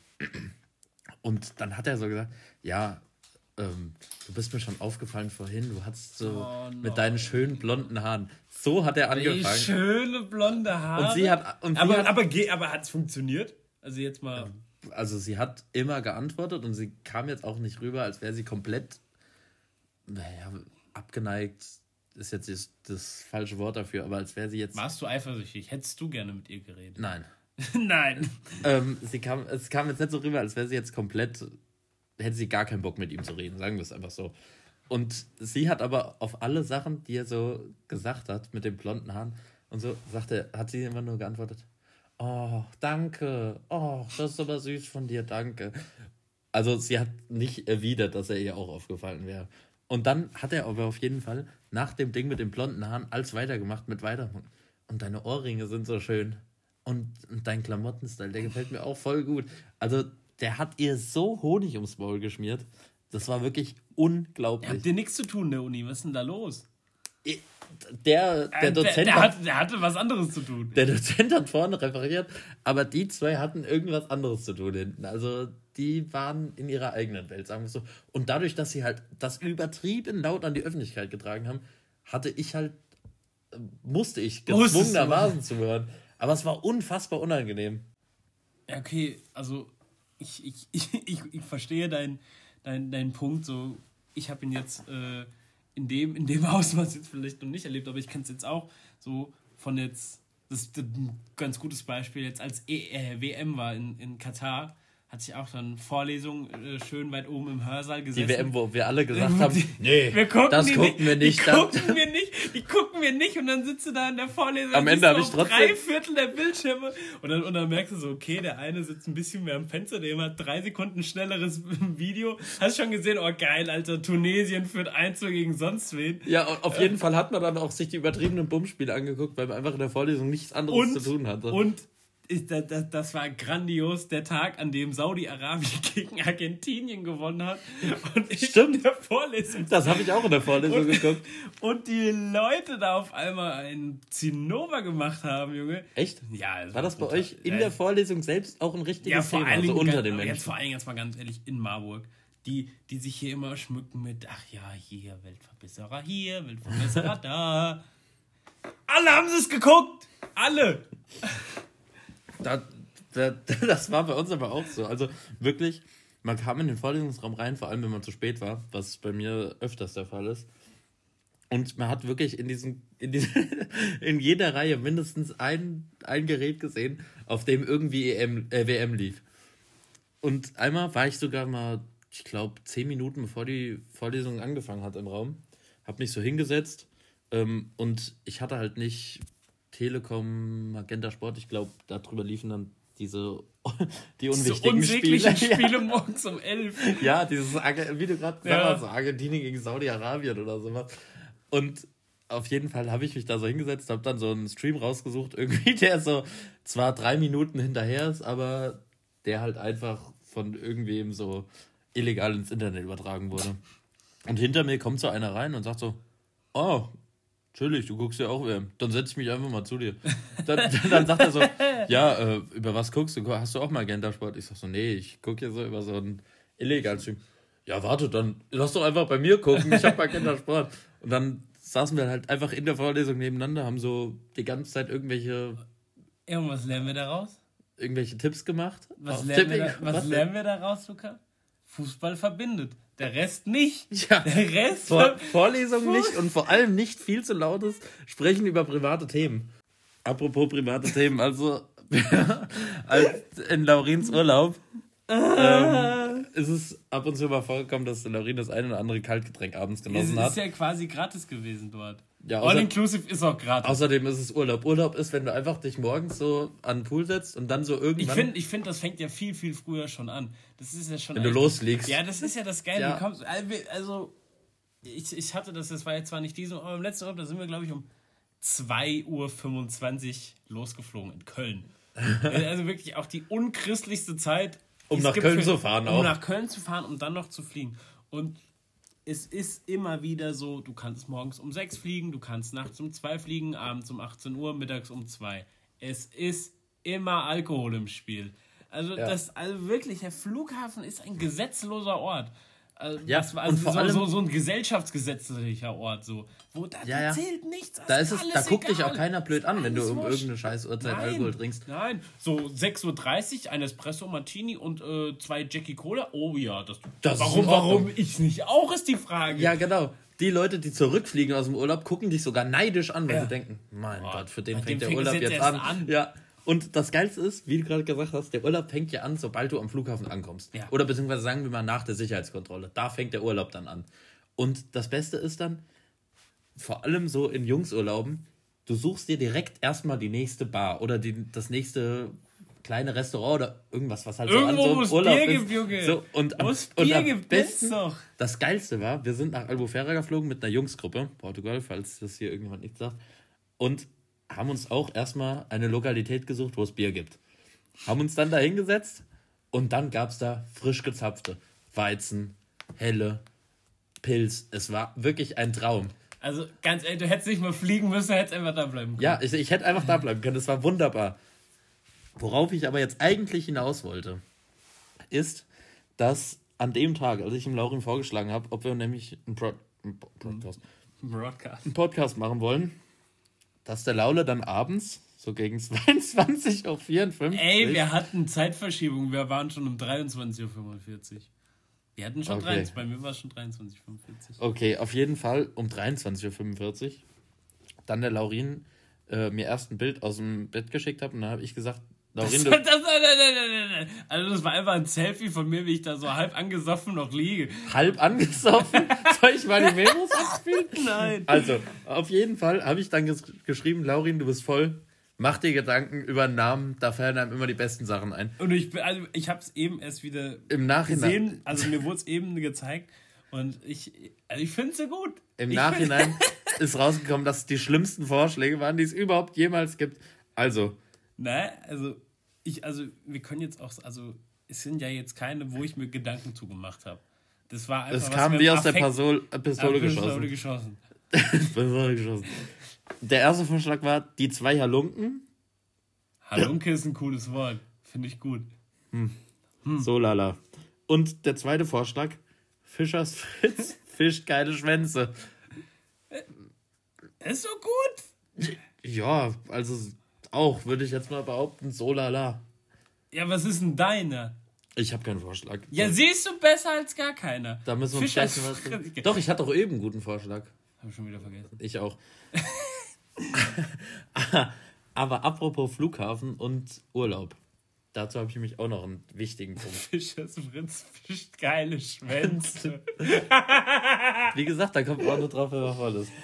Und dann hat er so gesagt, ja, ähm, du bist mir schon aufgefallen vorhin, du hattest so Oh mit nein. deinen schönen blonden Haaren. So hat er Ey, angefangen. schöne blonde Haare. Und sie hat, und sie aber, hat aber, ge- aber hat es funktioniert? Also jetzt mal. also sie hat immer geantwortet und sie kam jetzt auch nicht rüber, als wäre sie komplett, naja, abgeneigt, ist jetzt das, das falsche Wort dafür, aber als wäre sie jetzt... Warst du eifersüchtig? Hättest du gerne mit ihr geredet? Nein. Nein. Ähm, sie kam, es kam jetzt nicht so rüber, als wäre sie jetzt komplett, hätte sie gar keinen Bock mit ihm zu reden, sagen wir es einfach so. Und sie hat aber auf alle Sachen, die er so gesagt hat, mit den blonden Haaren und so, sagte, hat sie immer nur geantwortet, oh, danke, oh, das ist aber süß von dir, danke. Also sie hat nicht erwidert, dass er ihr auch aufgefallen wäre. Und dann hat er aber auf jeden Fall nach dem Ding mit den blonden Haaren alles weitergemacht mit weiteren. Und deine Ohrringe sind so schön. Und, und dein Klamottenstyle, der gefällt mir auch voll gut. Also der hat ihr so Honig ums Maul geschmiert. Das war wirklich unglaublich. Habt ihr nichts zu tun in der Uni? Was ist denn da los? Der, der, Äh, Dozent der, der, hat, hat, der hatte was anderes zu tun. der Dozent hat vorne referiert, aber die zwei hatten irgendwas anderes zu tun hinten. Also die waren in ihrer eigenen Welt, sagen wir es so. Und dadurch, dass sie halt das übertrieben laut an die Öffentlichkeit getragen haben, hatte ich halt, äh, musste ich Musstest du. gezwungenermaßen zuhören. Aber es war unfassbar unangenehm. Ja, okay, also ich, ich, ich, ich, ich verstehe deinen dein, dein Punkt. So, ich habe ihn jetzt äh, in dem, in dem Ausmaß jetzt vielleicht noch nicht erlebt, aber ich kenne es jetzt auch so von jetzt, das ist ein ganz gutes Beispiel, jetzt als e, äh, W M war in, in Katar, hatte ich auch dann Vorlesungen äh, schön weit oben im Hörsaal gesessen. Die W M, wo wir alle gesagt Die- haben, nee, wir gucken das die gucken wir nicht. Die das- gucken wir nicht, die gucken wir nicht und dann sitzt du da in der Vorlesung Am und Ende siehst hab du ich auf trotzdem- drei Viertel der Bildschirme und dann, und dann merkst du so, okay, der eine sitzt ein bisschen mehr am Fenster, der hat drei Sekunden schnelleres Video. Hast schon gesehen, oh geil, Alter, Tunesien führt eins zu gegen sonst wen. Ja, und auf jeden Fall hat man dann auch sich die übertriebenen Bummspiele angeguckt, weil man einfach in der Vorlesung nichts anderes Und, zu tun hatte. und ist, das, das, das war grandios, der Tag, an dem Saudi-Arabien gegen Argentinien gewonnen hat. Und ich Stimmt. in der Vorlesung. Das habe ich auch in der Vorlesung und, geguckt. Und die Leute da auf einmal einen Zinnober gemacht haben, Junge. Echt? Ja. Das war das bei brutal. euch in der Vorlesung selbst auch ein richtiges ja, vor Thema, allen also Dingen unter ganz, den Menschen? Jetzt vor allen Dingen jetzt mal ganz ehrlich, in Marburg. Die, die sich hier immer schmücken mit, ach ja, hier, Weltverbesserer hier, Weltverbesserer da. Alle haben es geguckt! Alle! Da, da, das war bei uns aber auch so. Also wirklich, man kam in den Vorlesungsraum rein, vor allem wenn man zu spät war, was bei mir öfters der Fall ist. Und man hat wirklich in diesem, in, diesem, in jeder Reihe mindestens ein, ein Gerät gesehen, auf dem irgendwie E M, äh, W M lief. Und einmal war ich sogar mal, ich glaube, zehn Minuten bevor die Vorlesung angefangen hat im Raum, habe mich so hingesetzt ähm, und ich hatte halt nicht Telekom, Magenta Sport, ich glaube, darüber liefen dann diese die unwichtigen so Spiele. Spiele morgens um elf. Ja, dieses, wie du gerade gesagt Ja. hast, so Argentinien gegen Saudi-Arabien oder sowas. Und auf jeden Fall habe ich mich da so hingesetzt, habe dann so einen Stream rausgesucht, irgendwie, der so zwar drei Minuten hinterher ist, aber der halt einfach von irgendwem so illegal ins Internet übertragen wurde. Und hinter mir kommt so einer rein und sagt so, oh, chillig, du guckst ja auch W M. Dann setz ich mich einfach mal zu dir. Dann, dann sagt er so, ja, äh, über was guckst du? Hast du auch Magenta Sport? Ich sag so, nee, ich gucke hier so über so einen illegalen Stream. Ja, warte, dann lass doch einfach bei mir gucken, ich hab Magenta Sport. Und dann saßen wir halt einfach in der Vorlesung nebeneinander, haben so die ganze Zeit irgendwelche... Irgendwas lernen wir daraus? irgendwelche Tipps gemacht. Was, lernen wir, da, was, was lernen wir daraus, Luca? Fußball verbindet. Der Rest nicht. Ja, der Rest Vor, Vorlesung Fuß. nicht und vor allem nicht viel zu lautes Sprechen über private Themen. Apropos private Themen, also als in Laurins Urlaub ähm, ist es ab und zu mal vorgekommen, dass Laurin das ein oder andere Kaltgetränk abends genossen hat. Es ist ja quasi gratis gewesen dort. Ja, All inclusive ist auch gratis. Außerdem ist es Urlaub. Urlaub ist, wenn du einfach dich morgens so an den Pool setzt und dann so irgendwann... Ich finde, ich find, das fängt ja viel, viel früher schon an. Das ist ja schon... Wenn du loslegst. Ja, das ist ja das Geile. Ja. Du kommst, also, ich, ich hatte das, das war jetzt zwar nicht diesem, aber im letzten Urlaub, da sind wir, glaube ich, um zwei Uhr fünfundzwanzig losgeflogen in Köln. Also wirklich auch die unchristlichste Zeit. Um nach Köln für, zu fahren um auch. Um nach Köln zu fahren, um dann noch zu fliegen. Und es ist immer wieder so, du kannst morgens um sechs fliegen, du kannst nachts um zwei fliegen, abends um achtzehn Uhr, mittags um zwei. Es ist immer Alkohol im Spiel. Also, Ja. das, also wirklich, der Flughafen ist ein gesetzloser Ort. Also, Ja, das war also und vor so, allem- so, so ein gesellschaftsgesetzlicher Ort, so, wo da, Ja, da ja. zählt nichts. Da, ist es, alles da guckt dich egal. auch keiner blöd an, wenn du Alles um wurscht. irgendeine scheiß Uhrzeit Nein, Alkohol trinkst. Nein, so sechs Uhr dreißig, ein Espresso Martini und äh, zwei Jackie Cola. Oh ja, das, Das ist warum, in Ordnung. warum ich nicht auch, ist die Frage. Ja, genau. Die Leute, die zurückfliegen aus dem Urlaub, gucken dich sogar neidisch an, weil Ja. sie denken, mein Oh, Gott, für den bei fängt dem der fängt es Urlaub jetzt jetzt erst an. an. Ja. Und das Geilste ist, wie du gerade gesagt hast, der Urlaub fängt ja an, sobald du am Flughafen ankommst. Ja. Oder beziehungsweise sagen wir mal nach der Sicherheitskontrolle. Da fängt der Urlaub dann an. Und das Beste ist dann, vor allem so in Jungsurlauben, du suchst dir direkt erstmal die nächste Bar oder die, das nächste kleine Restaurant oder irgendwas, was halt Irgendwo, so wo an es so einem Urlaub Bier ist. gibt, Junge. So, und Wo am, es und Bier am gibt, besten, ist doch. das Geilste war, wir sind nach Albufeira geflogen mit einer Jungsgruppe, Portugal, falls das hier irgendjemand nicht sagt, und haben uns auch erstmal eine Lokalität gesucht, wo es Bier gibt. Haben uns dann da hingesetzt und dann gab es da frisch gezapfte Weizen, Helle, Pilz. Es war wirklich ein Traum. Also ganz ehrlich, du hättest nicht mal fliegen müssen, hättest einfach da bleiben können. Ja, ich, ich hätte einfach da bleiben können. Das war wunderbar. Worauf ich aber jetzt eigentlich hinaus wollte, ist, dass an dem Tag, als ich ihm Laurin vorgeschlagen habe, ob wir nämlich einen, Pro- einen Po- Podcast, Broadcast. einen Podcast machen wollen, dass der Laule dann abends, so gegen zweiundzwanzig Uhr vierundfünfzig... Ey, wir hatten Zeitverschiebung, wir waren schon um dreiundzwanzig Uhr fünfundvierzig. Wir hatten schon Okay. dreiundzwanzig, bei mir war es schon dreiundzwanzig Uhr fünfundvierzig. Okay, auf jeden Fall um dreiundzwanzig Uhr fünfundvierzig. Dann der Laurin äh, mir erst ein Bild aus dem Bett geschickt hat und dann habe ich gesagt, Das, Laurin, das, du, nein, nein, nein, nein, nein. Also das war einfach ein Selfie von mir, wie ich da so halb angesoffen noch liege. halb angesoffen, soll ich mal die Memos abspielen? Nein. Also, auf jeden Fall habe ich dann ges- geschrieben, Laurin, du bist voll, mach dir Gedanken über einen Namen, da fallen einem immer die besten Sachen ein. Und ich, bin- also ich habe es eben erst wieder Im Nachhinein, gesehen, also mir wurde es eben gezeigt und ich, also ich finde es so gut. im ich Nachhinein ist rausgekommen, dass es die schlimmsten Vorschläge waren, die es überhaupt jemals gibt. Also, Find, ne, also ich, also, wir können jetzt auch, also, es sind ja jetzt keine, wo ich mir Gedanken zugemacht habe. Das war einfach. Es kam wie aus der Pistole, Pistole geschossen. geschossen. Pistole geschossen. Der erste Vorschlag war die zwei Halunken. Halunke ist ein cooles Wort. Finde ich gut. Hm. Hm. So lala. Und der zweite Vorschlag: Fischers Fritz fischt geile Schwänze. Ist so gut. Ja, also auch, würde ich jetzt mal behaupten, so lala. Ja, was ist denn deiner? Ich habe keinen Vorschlag. Ja, siehst du, besser als gar keiner. Da müssen wir uns gleich was. Doch, ich hatte doch eben einen guten Vorschlag. Habe ich schon wieder vergessen. Ich auch. Aber apropos Flughafen und Urlaub. Dazu habe ich nämlich auch noch einen wichtigen Punkt. Fischers Fritz fischt geile Schwänze. Wie gesagt, da kommt auch nur drauf, wenn man voll ist.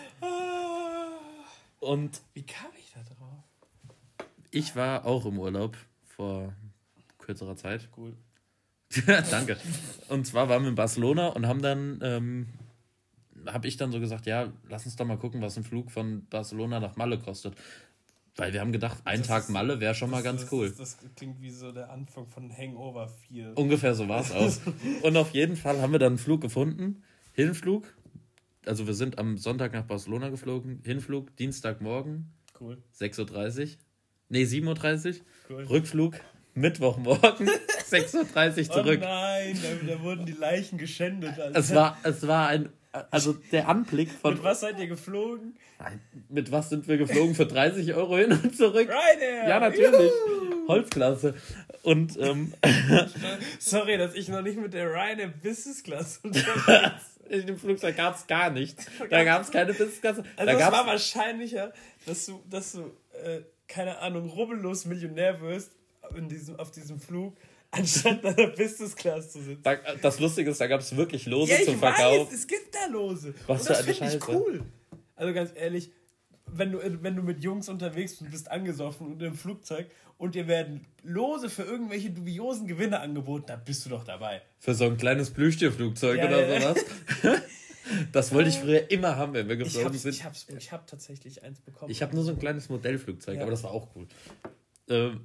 Und wie kam ich da drauf? Ich war auch im Urlaub vor kürzerer Zeit. Cool. Danke. Und zwar waren wir in Barcelona und haben dann, ähm, habe ich dann so gesagt, ja, lass uns doch mal gucken, was ein Flug von Barcelona nach Malle kostet. Weil wir haben gedacht, ein das Tag ist, Malle wäre schon mal ganz das, cool. Das, das klingt wie so der Anfang von Hangover vier. Ungefähr so war es aus. Und auf jeden Fall haben wir dann einen Flug gefunden. Hinflug. Also wir sind am Sonntag nach Barcelona geflogen. Hinflug, Dienstagmorgen. Cool. sechs Uhr dreißig. Nee, sieben Uhr dreißig. Cool. Rückflug, Mittwochmorgen, sechs Uhr dreißig zurück. Oh nein, da, da wurden die Leichen geschändet. Alter. Es war, es war ein, also der Anblick von... Mit was seid ihr geflogen? Mit was sind wir geflogen? Für dreißig Euro hin und zurück? Ryanair! Ja, natürlich. Juhu. Holzklasse. Und, ähm... Sorry, dass ich noch nicht mit der Ryanair Business Class unterwegs. In dem Flugzeug gab es gar nichts. Da gab es keine Business Class. Also es war wahrscheinlicher, dass du, dass du äh, keine Ahnung, rubbellos Millionär wirst in diesem, auf diesem Flug, anstatt in der Business Class zu sitzen. Da, das Lustige ist, da gab es wirklich Lose ja, zum Verkauf. Weiß, es gibt da Lose. Was und für das eine finde ich Scheiße. cool. Also ganz ehrlich, wenn du, wenn du mit Jungs unterwegs bist, bist angesoffen und im Flugzeug und dir werden Lose für irgendwelche dubiosen Gewinne angeboten, da bist du doch dabei. Für so ein kleines Plüschtierflugzeug ja, oder ja. sowas. Das wollte ich früher immer haben, wenn wir geflogen ich sind. Ich habe ich hab tatsächlich eins bekommen. Ich habe nur so ein kleines Modellflugzeug, ja. Aber das war auch cool. Ähm,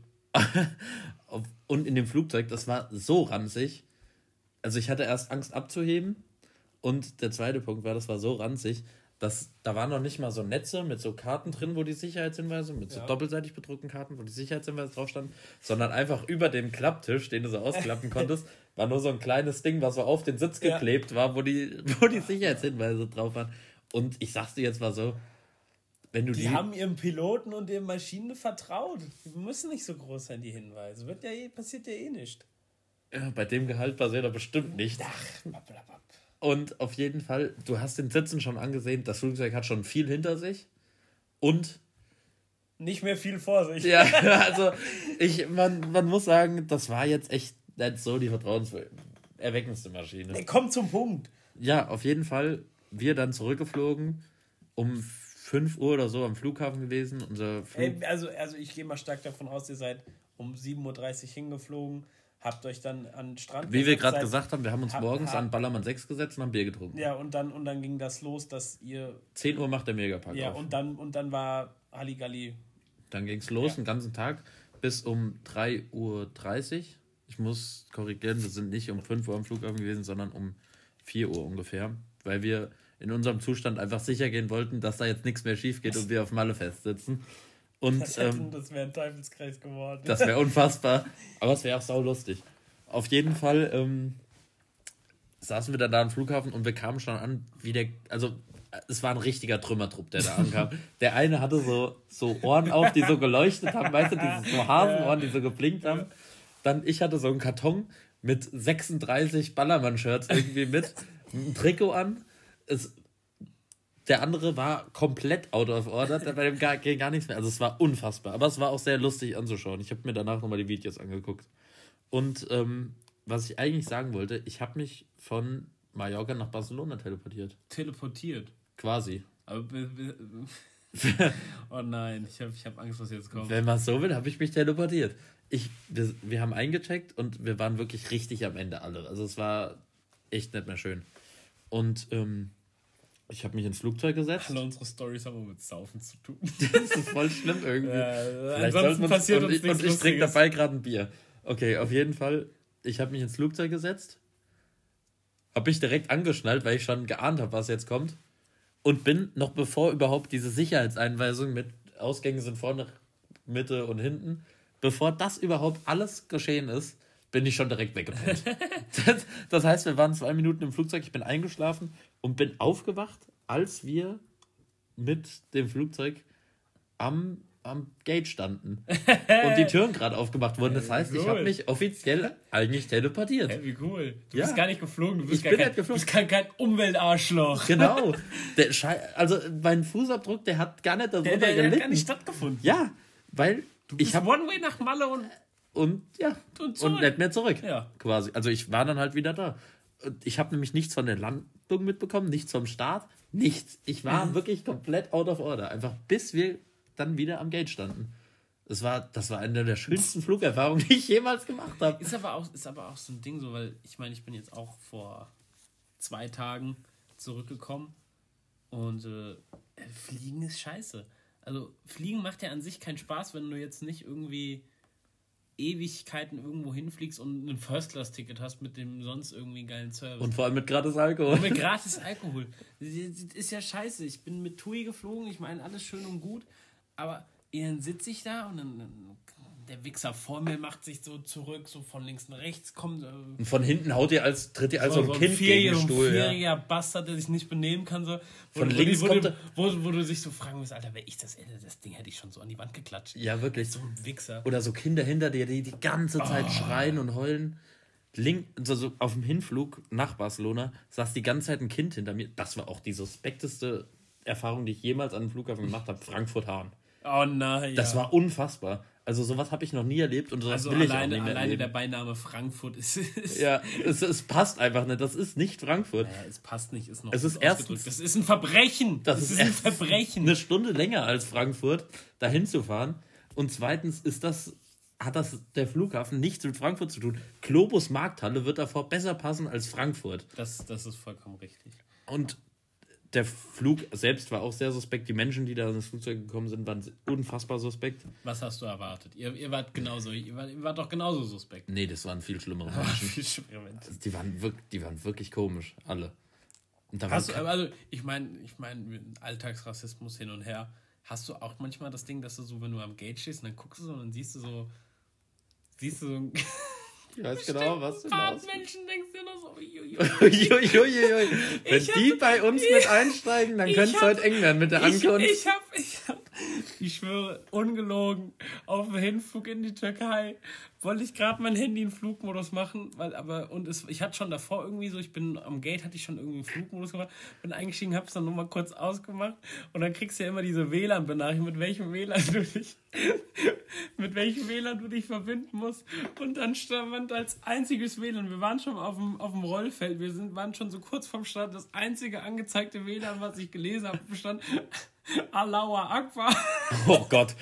und in dem Flugzeug, das war so ranzig. Also ich hatte erst Angst abzuheben. Und der zweite Punkt war, das war so ranzig, dass da waren noch nicht mal so Netze mit so Karten drin, wo die Sicherheitshinweise, mit so ja. doppelseitig bedruckten Karten, wo die Sicherheitshinweise drauf standen, sondern einfach über dem Klapptisch, den du so ausklappen konntest, war nur so ein kleines Ding, was so auf den Sitz ja. geklebt war, wo die, wo die Sicherheitshinweise drauf waren. Und ich sag's dir jetzt mal so, wenn du die... Die haben ihrem Piloten und ihren Maschinen vertraut. Die müssen nicht so groß sein, die Hinweise. Wird ja eh, passiert ja eh nicht. Ja, bei dem Gehalt passiert er bestimmt nicht. Ach, blablabla. Und auf jeden Fall, du hast den Sitzen schon angesehen, das Flugzeug hat schon viel hinter sich und nicht mehr viel vor sich. Ja, also ich, man, man muss sagen, das war jetzt echt nicht so die vertrauenserweckendste Maschine. Ey, komm zum Punkt. Ja, auf jeden Fall, wir dann zurückgeflogen, um fünf Uhr oder so am Flughafen gewesen. Unser Flug Ey, also, also ich gehe mal stark davon aus, ihr seid um sieben Uhr dreißig hingeflogen. Habt euch dann an den Strand Wie wir gerade gesagt haben, wir haben uns hab, morgens hab, an Ballermann sechs gesetzt und haben Bier getrunken. Ja, und dann, und dann ging das los, dass ihr... zehn Uhr macht der Megapark ja, auf. Ja, und dann, und dann war Halligalli. Dann ging es los, ja. Den ganzen Tag, bis um drei Uhr dreißig. Ich muss korrigieren, wir sind nicht um fünf Uhr am Flughafen gewesen, sondern um vier Uhr ungefähr. Weil wir in unserem Zustand einfach sicher gehen wollten, dass da jetzt nichts mehr schief geht und wir auf Malle festsitzen. Und, das ähm, das wäre ein Teufelskreis geworden. Das wäre unfassbar. Aber es wäre auch saulustig. Auf jeden Fall ähm, saßen wir dann da am Flughafen und wir kamen schon an, wie der. Also, es war ein richtiger Trümmertrupp, der da ankam. Der eine hatte so, so Ohren auf, die so geleuchtet haben, weißt du, diese so Hasenohren, die so geblinkt haben. Dann, ich hatte so einen Karton mit sechsunddreißig Ballermann-Shirts irgendwie mit, ein Trikot an. Es. Der andere war komplett out of order, bei dem gar, ging gar nichts mehr. Also es war unfassbar, aber es war auch sehr lustig anzuschauen. Ich habe mir danach nochmal die Videos angeguckt. Und ähm, was ich eigentlich sagen wollte, ich habe mich von Mallorca nach Barcelona teleportiert. Teleportiert? Quasi. Aber oh nein, ich habe ich hab Angst, was jetzt kommt. Wenn man so will, habe ich mich teleportiert. Ich, wir, wir haben eingecheckt und wir waren wirklich richtig am Ende alle. Also es war echt nicht mehr schön. Und ähm, Ich habe mich ins Flugzeug gesetzt. Alle unsere Storys haben mit Saufen zu tun. Das ist voll schlimm irgendwie. Ja, Vielleicht ansonsten passiert und, uns ich, nichts und ich trinke Lustiges. dabei gerade ein Bier. Okay, auf jeden Fall. Ich habe mich ins Flugzeug gesetzt. Habe mich direkt angeschnallt, weil ich schon geahnt habe, was jetzt kommt. Und bin, noch bevor überhaupt diese Sicherheitseinweisung mit Ausgängen sind vorne, Mitte und hinten, bevor das überhaupt alles geschehen ist, bin ich schon direkt weggepennt. das, das heißt, wir waren zwei Minuten im Flugzeug, ich bin eingeschlafen und bin aufgewacht, als wir mit dem Flugzeug am, am Gate standen und die Türen gerade aufgemacht wurden. Das heißt, ich habe mich offiziell eigentlich teleportiert. Hey, wie cool. Du Ja. bist gar nicht geflogen, du bist, Ich gar bin kein, nicht geflogen. du bist kein, kein Umweltarschloch. Genau. Der Schei- also mein Fußabdruck, der hat gar nicht darunter Der, der, der gelitten. hat gar nicht stattgefunden. Ja, weil Du ich bist habe One-Way nach Malle und... und ja Und und, zurück. nicht mehr zurück. Ja. Quasi. Also ich war dann halt wieder da. Und ich habe nämlich nichts von der Landung mitbekommen, nichts vom Start, nichts. Ich war wirklich komplett out of order. Einfach bis wir dann wieder am Gate standen. Das war, das war eine der schönsten Flugerfahrungen, die ich jemals gemacht habe. Ist aber, auch, ist aber auch so ein Ding so, weil ich meine, ich bin jetzt auch vor zwei Tagen zurückgekommen und äh, Fliegen ist scheiße. Also Fliegen macht ja an sich keinen Spaß, wenn du jetzt nicht irgendwie Ewigkeiten irgendwo hinfliegst und ein First-Class-Ticket hast mit dem sonst irgendwie geilen Service. Und vor allem mit gratis Alkohol. Und mit gratis Alkohol. Das ist ja scheiße. Ich bin mit Tui geflogen, ich meine, alles schön und gut, aber dann sitze ich da und dann, dann der Wichser vor mir macht sich so zurück, so von links nach rechts, kommt. Äh, Und von hinten haut ihr als, tritt ihr als so, so ein ein Kind gegen vierjähriger, den Stuhl. Ja. vierjähriger Bastard, der sich nicht benehmen kann. So, wo, Von wo, links wo, kommt wo, er- wo, wo du sich so fragen musst, Alter, wäre ich das, ey, das Ding hätte ich schon so an die Wand geklatscht. Ja, wirklich. So ein Wichser. Oder so Kinder hinter dir, die die ganze Zeit Oh. schreien und heulen. Link, also so auf dem Hinflug nach Barcelona saß die ganze Zeit ein Kind hinter mir. Das war auch die suspekteste Erfahrung, die ich jemals an einem Flughafen gemacht habe. Frankfurt-Hahn. Oh nein, Das ja. war unfassbar. Also sowas habe ich noch nie erlebt und sowas Also will ich alleine, auch nicht mehr alleine der erleben. Beiname Frankfurt ist... ist Ja, es, es passt einfach nicht. Das ist nicht Frankfurt. Ja, es passt nicht, ist noch Es ist gut erstens- ausgedrückt. Das ist ein Verbrechen. Das Das, ist ist ein erst Verbrechen. Eine Stunde länger als Frankfurt, dahin zu fahren. Und zweitens ist das, hat das der Flughafen nichts mit Frankfurt zu tun. Globus Markthalle wird davor besser passen als Frankfurt. Das, das ist vollkommen richtig. Und der Flug selbst war auch sehr suspekt. Die Menschen, die da ins Flugzeug gekommen sind, waren unfassbar suspekt. Was hast du erwartet? Ihr, ihr wart genauso, ihr wart, ihr wart doch genauso suspekt. Nee, das waren viel schlimmere Menschen. Viel schwerer Mensch. Die waren, wirklich, die waren wirklich komisch, alle. Und da Hast du, waren, also ich meine, ich meine, Alltagsrassismus hin und her. Hast du auch manchmal das Ding, dass du so, wenn du am Gate stehst und dann guckst du so und dann siehst du so, siehst du so ein ich weiß genau, was du paar meinst. Menschen, denkst du nur so, uiuiui. Uiuiuiui. Wenn Ich hab- die bei uns mit einsteigen, dann Ich könnte es hab- heute eng werden mit der Ich, Ankunft. ich hab, ich hab, ich schwöre, ungelogen, auf dem Hinflug in die Türkei wollte ich gerade mein Handy in Flugmodus machen, weil aber, und es, ich hatte schon davor irgendwie so, ich bin am Gate, hatte ich schon irgendwie einen Flugmodus gemacht, bin eingestiegen, hab's dann nochmal kurz ausgemacht und dann kriegst du ja immer diese W L A N-Benachrichtigung, mit welchem W L A N du dich, mit welchem W L A N du dich verbinden musst und dann stand als einziges W L A N, wir waren schon auf dem, auf dem Rollfeld, wir sind, waren schon so kurz vorm Start, das einzige angezeigte W L A N, was ich gelesen habe, bestand Allahu Akbar. Oh Gott.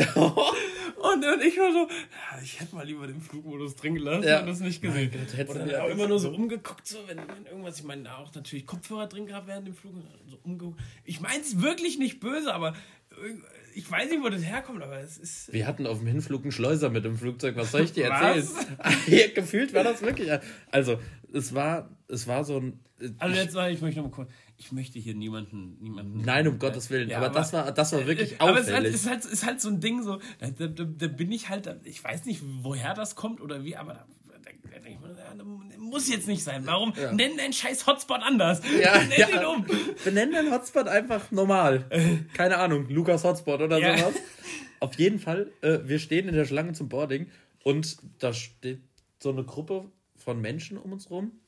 Und, und ich war so, ja, ich hätte mal lieber den Flugmodus drin gelassen Ja. und das nicht gesehen. Mein Gott, hättest Und du dann wieder- auch immer nur so umgeguckt, so, wenn, wenn irgendwas, ich meine, auch natürlich Kopfhörer drin gehabt während dem Flug, so umgeguckt. Ich meine es wirklich nicht böse, aber ich weiß nicht, wo das herkommt, aber es ist... Wir hatten auf dem Hinflug einen Schleuser mit im Flugzeug. Was soll ich dir Was? erzählen? Hier, gefühlt war das wirklich. Also, es war, es war so ein. Also jetzt mal, ich möchte noch mal kurz, ich möchte hier niemanden, niemanden... Nein, um Gottes Willen. Ja, aber, aber- das war, das war wirklich Aber es ist, halt, auffällig. es ist, halt, es ist halt so ein Ding, so, da, da, da da bin ich halt, ich weiß nicht, woher das kommt oder wie, aber da, da, da denke ich mir, ja, das muss jetzt nicht sein. Warum? Ja. Nenn deinen scheiß Hotspot anders. Ja, Nenn ja. ihn um. Benennen den Hotspot einfach normal. Keine Ahnung, Lukas Hotspot oder Ja. sowas. Auf jeden Fall, äh, wir stehen in der Schlange zum Boarding und da steht so eine Gruppe von Menschen um uns rum.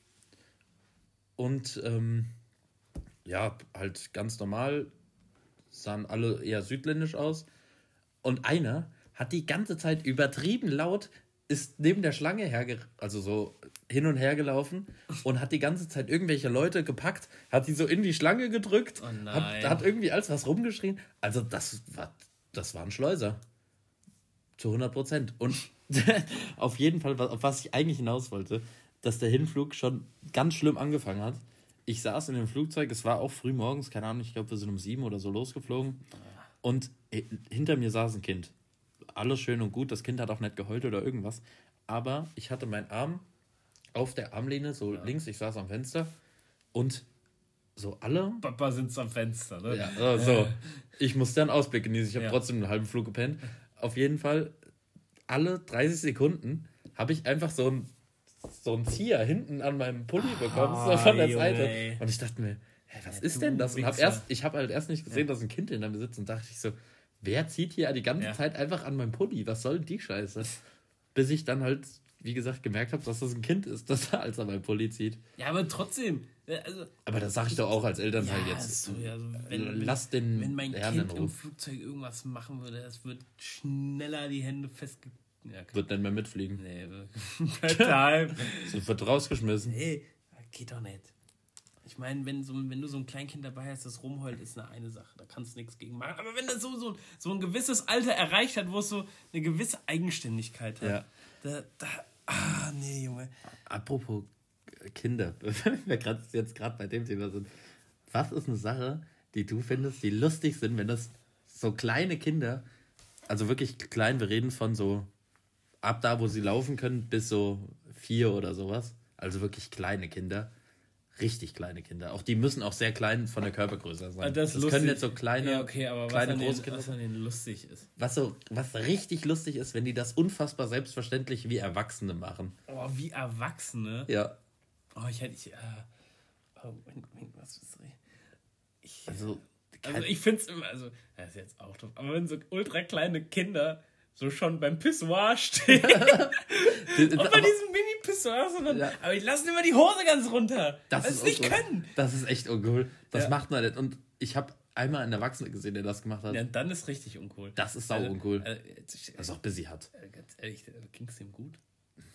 Und ähm, ja, halt ganz normal, sahen alle eher südländisch aus. Und einer hat die ganze Zeit übertrieben laut, ist neben der Schlange herge also so hin und her gelaufen und hat die ganze Zeit irgendwelche Leute gepackt, hat die so in die Schlange gedrückt, Oh hat, nein. hat irgendwie alles was rumgeschrien. Also das war, das war ein Schleuser. Zu hundert Prozent. Und auf jeden Fall, auf was ich eigentlich hinaus wollte, dass der Hinflug schon ganz schlimm angefangen hat. ich saß in dem Flugzeug, es war auch früh morgens, keine Ahnung, ich glaube, wir sind um sieben oder so losgeflogen. Und hinter mir saß ein Kind. Alles schön und gut, das Kind hat auch nicht geheult oder irgendwas. Aber ich hatte meinen Arm auf der Armlehne, so ja. links, ich saß am Fenster. Und so alle... Papa sitzt am Fenster, ne? Ja, also äh. ich musste einen Ausblick genießen, ich habe ja. trotzdem einen halben Flug gepennt. Auf jeden Fall, alle dreißig Sekunden habe ich einfach so ein so ein Zieher hinten an meinem Pulli bekommen, oh, so von der Junge, Seite. Ey. Und ich dachte mir, hä, was ja, ist denn das? Und hab erst, ich habe halt erst nicht gesehen, ja. dass ein Kind hinter mir sitzt und dachte ich so, wer zieht hier die ganze ja. Zeit einfach an meinem Pulli? Was soll denn die Scheiße? Bis ich dann halt, wie gesagt, gemerkt habe, dass das ein Kind ist, das als an meinem Pulli zieht. Ja, aber trotzdem. Also, aber das sag ich doch auch als Elternteil ja, jetzt. So, also wenn, Lass den wenn mein Kind im Flugzeug irgendwas machen würde, es wird schneller die Hände festge... Ja, wird nicht mehr mitfliegen. Nee, bleibt daheim. So wird rausgeschmissen. Nee, geht doch nicht. Ich meine, wenn, so, wenn du so ein Kleinkind dabei hast, das rumheult, ist eine, eine Sache. Da kannst du nichts gegen machen. Aber wenn das so, so, so ein gewisses Alter erreicht hat, wo es so eine gewisse Eigenständigkeit hat, ja. da, da, ah, nee, Junge. Apropos Kinder, wenn wir grad, jetzt gerade bei dem Thema sind, was ist eine Sache, die du findest, die lustig sind, wenn das so kleine Kinder, also wirklich klein, wir reden von so ab da, wo sie laufen können, bis so vier oder sowas. Also wirklich kleine Kinder. Richtig kleine Kinder. Auch die müssen auch sehr klein von der Körpergröße sein. Das, das können jetzt so kleine, ja, okay, aber kleine was große den, Kinder. Was an denen lustig ist. Was, so, was richtig lustig ist, wenn die das unfassbar selbstverständlich wie Erwachsene machen. Oh, wie Erwachsene? Ja. Oh, ich hätte... Ich, äh, oh, was ist ich, Also, also ich finde es immer... Also, das ist jetzt auch doof. Aber wenn so ultra kleine Kinder... so schon beim Pissoir stehen. Und bei diesem Mini-Pissoir, sondern, ja. aber die lassen immer die Hose ganz runter. Das ist nicht können. Das ist echt uncool. Das ja. macht man nicht. Und ich habe einmal einen Erwachsenen gesehen, der das gemacht hat. Ja, dann ist richtig uncool. Das ist sau also, uncool. Also, das ist auch busy hat. Ganz ehrlich, ging es ihm gut?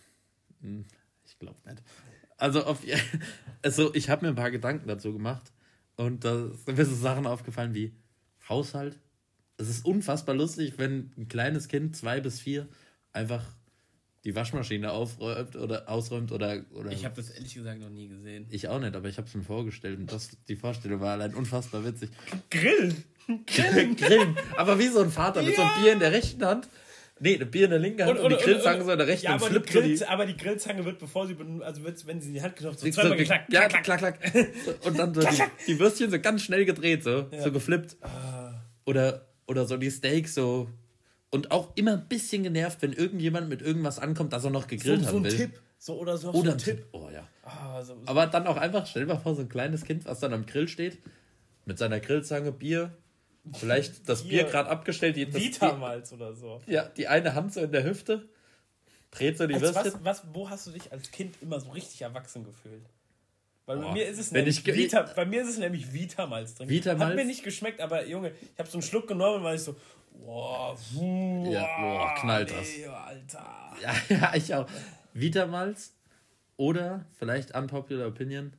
Ich glaube nicht. Also, auf, also ich habe mir ein paar Gedanken dazu gemacht. Und da sind mir so Sachen aufgefallen wie Haushalt. Es ist unfassbar lustig, wenn ein kleines Kind, zwei bis vier, einfach die Waschmaschine aufräumt oder ausräumt oder... oder ich habe das ehrlich gesagt noch nie gesehen. Ich auch nicht, aber ich habe es mir vorgestellt und das, die Vorstellung war allein unfassbar witzig. Grillen! Grillen! Grillen! Aber wie so ein Vater ja. mit so einem Bier in der rechten Hand. Nee, ein Bier in der linken Hand und, und, und die Grillzange so in der rechten ja, und aber flippt die, Grill, die aber die Grillzange wird, bevor sie, also wird, wenn sie in die Hand genommen so zweimal geklackt. Ja, klack, klack, klack. Und dann so die, die Würstchen so ganz schnell gedreht, so, ja. so geflippt. Ah. Oder... Oder so die Steaks so. Und auch immer ein bisschen genervt, wenn irgendjemand mit irgendwas ankommt, dass er noch gegrillt so, haben will. So ein Tipp. So, oder so, oder so ein Tipp. Tipp. Oh ja. Ah, so, so. Aber dann auch einfach, stell dir mal vor, so ein kleines Kind, was dann am Grill steht, mit seiner Grillzange, Bier, vielleicht das Bier, Bier gerade abgestellt. Die, Vitamalz oder so. Ja, die eine Hand so in der Hüfte, dreht so die also Würstchen. Was, was, wo hast du dich als Kind immer so richtig erwachsen gefühlt? Weil bei oh. mir ist es Wenn nämlich ich, Vita, bei mir ist es nämlich Vitamalz drin. Vitamalz? Hat mir nicht geschmeckt, aber Junge, ich habe so einen Schluck genommen und war ich so, wow, wow, ja, boah, knallt das. Nee, Alter. Ja, ja, ich auch. Vitamalz oder vielleicht unpopular opinion,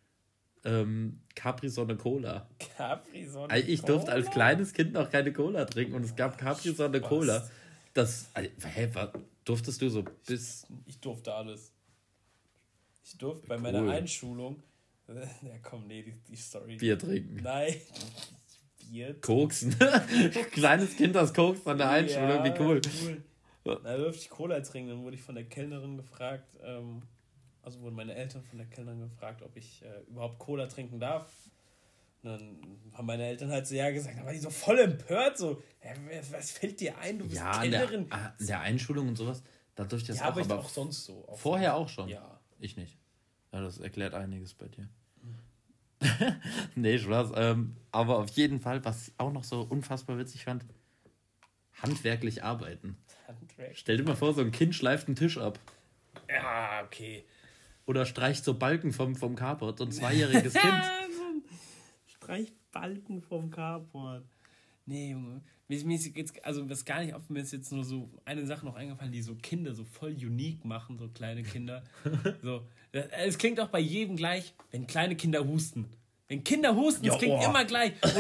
ähm, Capri-Sonne Cola. Capri-Sonne also ich Cola? durfte als kleines Kind noch keine Cola trinken und es gab Capri-Sonne Cola. Das, also, hä, was, durftest du so bis... Ich, ich durfte alles. Ich durfte bei cool. meiner Einschulung, ja komm, nee, die, die Story. Bier trinken. Nein. Bier trinken. Koksen. Kleines Kind, das kokst an der Einschulung, ja, wie cool. cool. Da durfte ich Cola trinken, dann wurde ich von der Kellnerin gefragt, ähm, also wurden meine Eltern von der Kellnerin gefragt, ob ich äh, überhaupt Cola trinken darf. Und dann haben meine Eltern halt so ja gesagt, dann war die so voll empört, so, ja, was fällt dir ein, du bist ja, Kellnerin. Ja, in der Einschulung und sowas, da durfte ich das ja, auch. aber, aber auch sonst so. Auch vorher auch schon? Ja. Ich nicht. Ja, das erklärt einiges bei dir. Mhm. Nee, Spaß. Ähm, aber auf jeden Fall, was ich auch noch so unfassbar witzig fand, handwerklich arbeiten. Handwerk. Stell dir mal vor, so ein Kind schleift einen Tisch ab. Ja, okay. Oder streicht so Balken vom, vom Carport. Und ein zweijähriges Kind. Streicht Balken vom Carport. Nee, Junge. Mir, mir ist jetzt, also das gar nicht auf, mir ist jetzt nur so eine Sache noch eingefallen, die so Kinder so voll unique machen, so kleine Kinder. So, es klingt auch bei jedem gleich, wenn kleine Kinder husten. Wenn Kinder husten, es klingt oh. immer gleich. Und,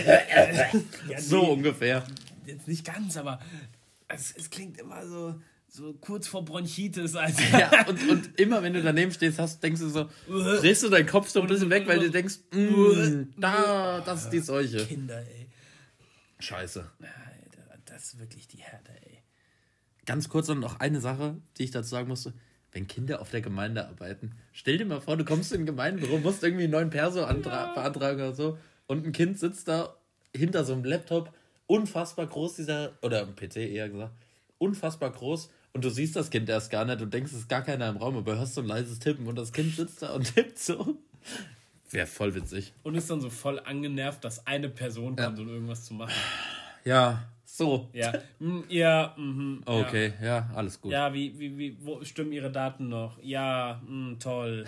ja, so nee, ungefähr. Jetzt nicht ganz, aber es, es klingt immer so, so kurz vor Bronchitis. Also. Ja, und, und immer wenn du daneben stehst, hast, denkst du so, drehst du deinen Kopf so ein bisschen weg, weil du denkst, mm, da, das ist die Seuche. Kinder, ey. Scheiße. Alter, das ist wirklich die Härte, ey. Ganz kurz noch eine Sache, die ich dazu sagen musste. Wenn Kinder auf der Gemeinde arbeiten, stell dir mal vor, du kommst in ein Gemeindebüro, musst irgendwie einen neuen Perso antra- beantragen oder so und ein Kind sitzt da hinter so einem Laptop, unfassbar groß, dieser, oder ein P C eher gesagt, unfassbar groß und du siehst das Kind erst gar nicht, du denkst, es ist gar keiner im Raum, aber hörst so ein leises Tippen und das Kind sitzt da und tippt so. Wäre voll witzig. Und ist dann so voll angenervt, dass eine Person kommt, um irgendwas zu machen. Ja, so. Ja, mm, ja, mhm. Okay, ja, ja, alles gut. Ja, wie, wie, wie, wo stimmen Ihre Daten noch? Ja, mh, toll.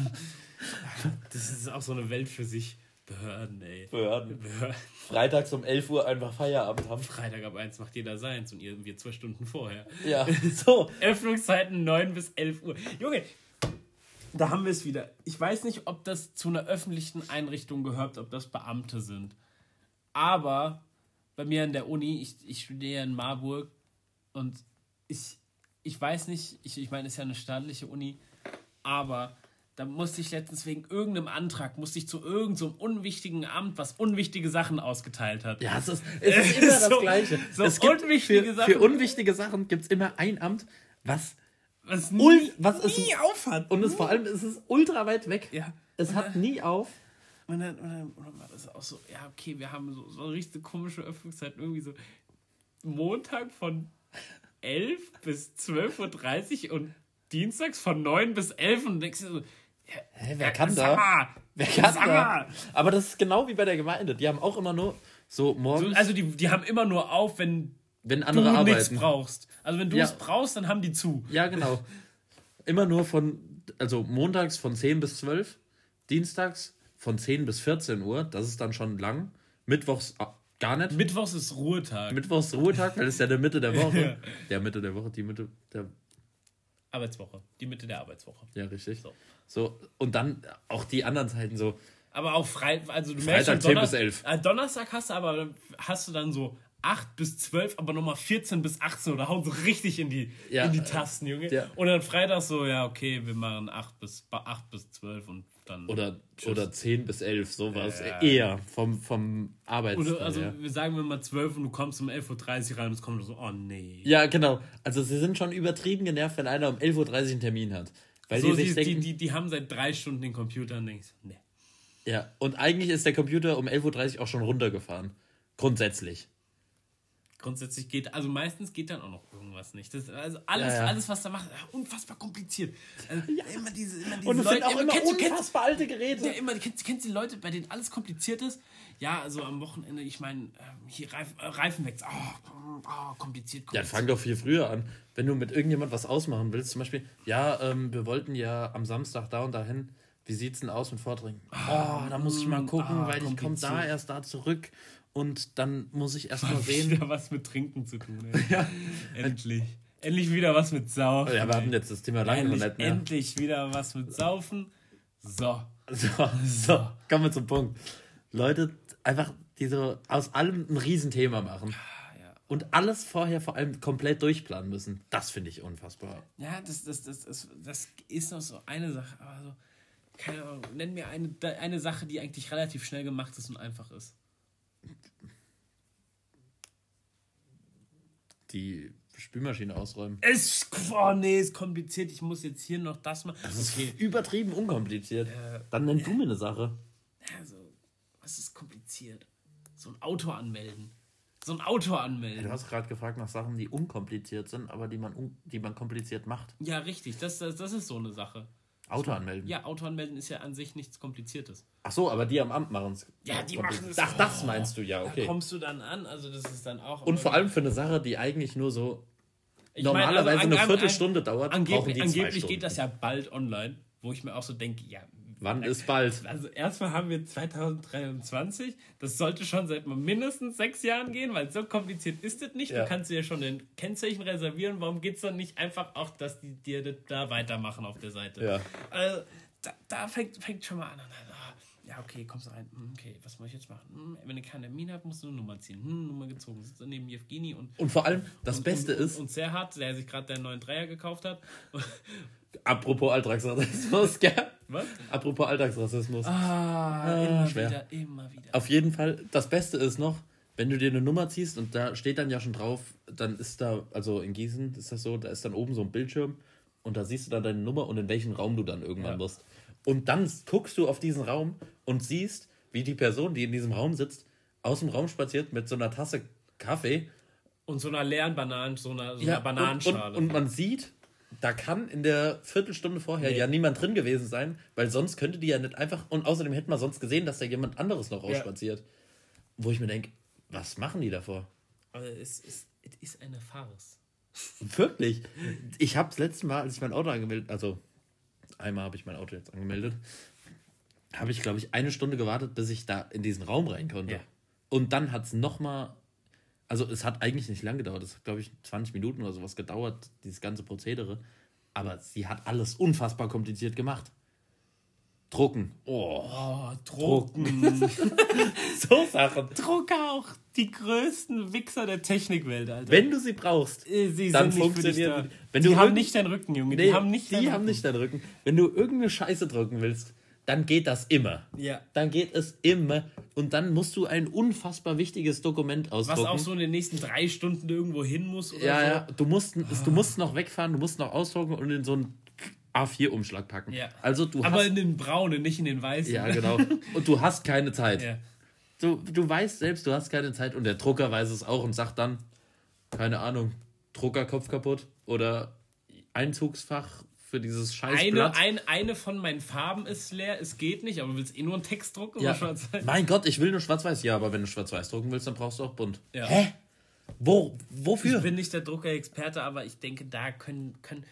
Das ist auch so eine Welt für sich. Behörden, ey. Behörden. Behörden. Freitags um elf Uhr einfach Feierabend haben. Freitag ab eins macht jeder seins und ihr, wir zwei Stunden vorher. Ja, so. Öffnungszeiten neun bis elf Uhr. Junge, da haben wir es wieder. Ich weiß nicht, ob das zu einer öffentlichen Einrichtung gehört, ob das Beamte sind. Aber bei mir an der Uni, ich, ich studiere in Marburg und ich, ich weiß nicht, ich, ich meine, es ist ja eine staatliche Uni, aber da musste ich letztens wegen irgendeinem Antrag, musste ich zu irgendeinem so unwichtigen Amt, was unwichtige Sachen ausgeteilt hat. Ja, es ist, es ist immer das so, Gleiche. So es gibt unwichtige für, Sachen. für unwichtige Sachen gibt es immer ein Amt, was, was ul, nie, was es nie aufhat. Und es vor allem es ist ultra weit weg. Ja. Es hat nie auf. Und dann, und dann, und dann war das auch so, ja, okay, wir haben so, so eine richtig komische Öffnungszeit, irgendwie so Montag von elf bis zwölf Uhr dreißig und dienstags von neun bis elf und denkst dir so, ja, Hä, wer kann sag da? mal, Wer kann sag da? mal. Aber das ist genau wie bei der Gemeinde. Die haben auch immer nur so morgens, So, also die, die haben immer nur auf, wenn wenn du andere nichts arbeiten. brauchst. Also wenn du Ja. es brauchst, dann haben die zu. Ja, genau. Immer nur von, also montags von zehn bis zwölf, dienstags von zehn bis vierzehn Uhr, das ist dann schon lang. Mittwochs ah, gar nicht. Mittwochs ist Ruhetag. Mittwochs Ruhetag, weil es ja der Mitte der Woche. Der Mitte der Woche, die Mitte der. Arbeitswoche. Die Mitte der Arbeitswoche. Ja, richtig. So. So, und dann auch die anderen Zeiten so. Aber auch frei, also du Freitag merkst schon, zehn bis elf. Äh, Donnerstag hast du aber, hast du dann so acht bis zwölf, aber nochmal vierzehn bis achtzehn oder hauen so richtig in die, Ja, in die Tasten, Junge. ja. Und dann Freitag so, ja, okay, wir machen acht bis zwölf und dann. Oder, tschüss. oder zehn bis elf, sowas. Ja. Eher vom, vom Arbeitstag Oder, also, her. wir sagen wir mal zwölf und du kommst um elf Uhr dreißig rein und es kommt so, oh nee. Ja, genau. Also sie sind schon übertrieben genervt, wenn einer um elf Uhr dreißig einen Termin hat. Weil So, die sich die, denken, die, die, die haben seit drei Stunden den Computer und denkst, nee. ja, und eigentlich ist der Computer um elf Uhr dreißig auch schon runtergefahren. Grundsätzlich. Grundsätzlich geht, also meistens geht dann auch noch irgendwas nicht. Das, also alles, Ja, ja. alles, was da macht, unfassbar kompliziert. Also immer diese, immer diese Und es Leute, sind auch immer kennst du- kennst- unfassbar alte Geräte. Ja, immer, kennst, kennst du die Leute, bei denen alles kompliziert ist? Ja, also am Wochenende, ich meine, ähm, hier Reif, äh, Reifen wechseln. Oh, oh, kompliziert, Ja, kompliziert. fang doch viel früher an. Wenn du mit irgendjemand was ausmachen willst, zum Beispiel, ja, ähm, wir wollten ja am Samstag da und dahin. Wie sieht's denn aus mit Vorträgen? Oh, da muss ich mal gucken, ah, weil ich komme kompliziert. da erst da zurück und dann muss ich erst mal sehen. Wieder was mit Trinken zu tun. Ey. Ja. Endlich. Endlich wieder was mit Saufen. Ja, wir hatten ey. jetzt das Thema lange noch endlich, nicht mehr. endlich wieder was mit Saufen. So. So, so, kommen wir zum Punkt. Leute, einfach, die so aus allem ein Riesenthema machen. Ja. Und alles vorher vor allem komplett durchplanen müssen. Das finde ich unfassbar. Ja, das, das, das, das, das ist noch so eine Sache, aber so, keine Ahnung, nenn mir eine, eine Sache, die eigentlich relativ schnell gemacht ist und einfach ist. Die Spülmaschine ausräumen. Es, oh nee, ist kompliziert, ich muss jetzt hier noch das machen. Das ist übertrieben unkompliziert. Dann nenn du mir eine Sache. Also, was ist kompliziert? So ein Auto anmelden. So ein Auto anmelden. Du hast gerade gefragt nach Sachen, die unkompliziert sind, aber die man, un die man kompliziert macht. Ja, richtig, das, das, das ist so eine Sache. Auto anmelden. Ja, Auto anmelden ist ja an sich nichts Kompliziertes. Ach so, aber die am Amt machen es. Ja, die machen es. Ach, das meinst du, ja, Da okay. kommst du dann an, also das ist dann auch... Und vor allem für eine Sache, die eigentlich nur so Ich meine, normalerweise also an- eine an- Viertelstunde dauert, brauchen Angeblich, die zwei angeblich Stunden. geht das ja bald online, wo ich mir auch so denke, ja... Wann ist bald? Also erstmal haben wir zwanzig dreiundzwanzig, das sollte schon seit mindestens sechs Jahren gehen, weil so kompliziert ist es nicht. Ja. Du kannst dir ja schon den Kennzeichen reservieren, warum geht es dann nicht einfach auch, dass die dir das da weitermachen auf der Seite? Ja. Also, da, da fängt, fängt schon mal an. Und dann, ah, ja, ja, okay, kommst du rein. Hm, okay, was muss ich jetzt machen? Hm, wenn du keinen Termin hast, musst du eine Nummer ziehen. Hm, Nummer gezogen. Sitzt dann neben Jevgeni und... Und vor allem, das und, Beste und, ist... Und, und Serhat, der sich gerade den neuen Dreier gekauft hat. Apropos Alltagsrassismus, gell? Was? Apropos Alltagsrassismus. Ah, Ah, immer schwer. wieder, immer wieder. Auf jeden Fall, das Beste ist noch, wenn du dir eine Nummer ziehst und da steht dann ja schon drauf, dann ist da, also in Gießen ist das so, da ist dann oben so ein Bildschirm und da siehst du dann deine Nummer und in welchen Raum du dann irgendwann Ja. musst. Und dann guckst du auf diesen Raum und siehst, wie die Person, die in diesem Raum sitzt, aus dem Raum spaziert mit so einer Tasse Kaffee. Und so einer leeren Bananen, so einer, so Ja, einer Bananenschale. Und, und, und man sieht, da kann in der Viertelstunde vorher nee. ja niemand drin gewesen sein, weil sonst könnte die ja nicht einfach, und außerdem hätte man sonst gesehen, dass da jemand anderes noch rausspaziert. Ja. Wo ich mir denke, was machen die davor? Aber es ist, es ist eine Farce. Wirklich? Ich habe das letzte Mal, als ich mein Auto angemeldet, also einmal habe ich mein Auto jetzt angemeldet, habe ich, glaube ich, eine Stunde gewartet, bis ich da in diesen Raum rein konnte. Ja. Und dann hat es nochmal, also es hat eigentlich nicht lang gedauert, es hat, glaube ich, zwanzig Minuten oder sowas gedauert, dieses ganze Prozedere. Aber sie hat alles unfassbar kompliziert gemacht. Drucken. Oh, oh Drucken. So Sachen. Drucker auch die größten Wichser der Technikwelt, Alter. Wenn du sie brauchst, sie dann sind funktioniert nicht wenn Die du haben irgend... nicht deinen Rücken, Junge. Nee, die haben nicht die deinen haben Rücken. nicht deinen Rücken. Wenn du irgendeine Scheiße drucken willst, dann geht das immer. Ja. Dann geht es immer. Und dann musst du ein unfassbar wichtiges Dokument ausdrucken. Was auch so in den nächsten drei Stunden irgendwo hin muss oder ja, so. Ja, du musst, du musst noch wegfahren, du musst noch ausdrucken und in so einen A vier Umschlag packen. Ja. Also du Aber hast, in den braunen, nicht in den weißen. Ja, genau. Und du hast keine Zeit. Ja. Du, du weißt selbst, du hast keine Zeit und der Drucker weiß es auch und sagt dann, keine Ahnung, Druckerkopf kaputt oder Einzugsfach für dieses scheiß Eine, Blatt. ein, eine von meinen Farben ist leer, es geht nicht, aber du willst eh nur einen Text drucken Ja. oder schwarz-weiß? Mein Gott, ich will nur schwarz-weiß. Ja, aber wenn du schwarz-weiß drucken willst, dann brauchst du auch bunt. Ja. Hä? Wo? Wofür? Ich bin nicht der Drucker-Experte, aber ich denke, da können... können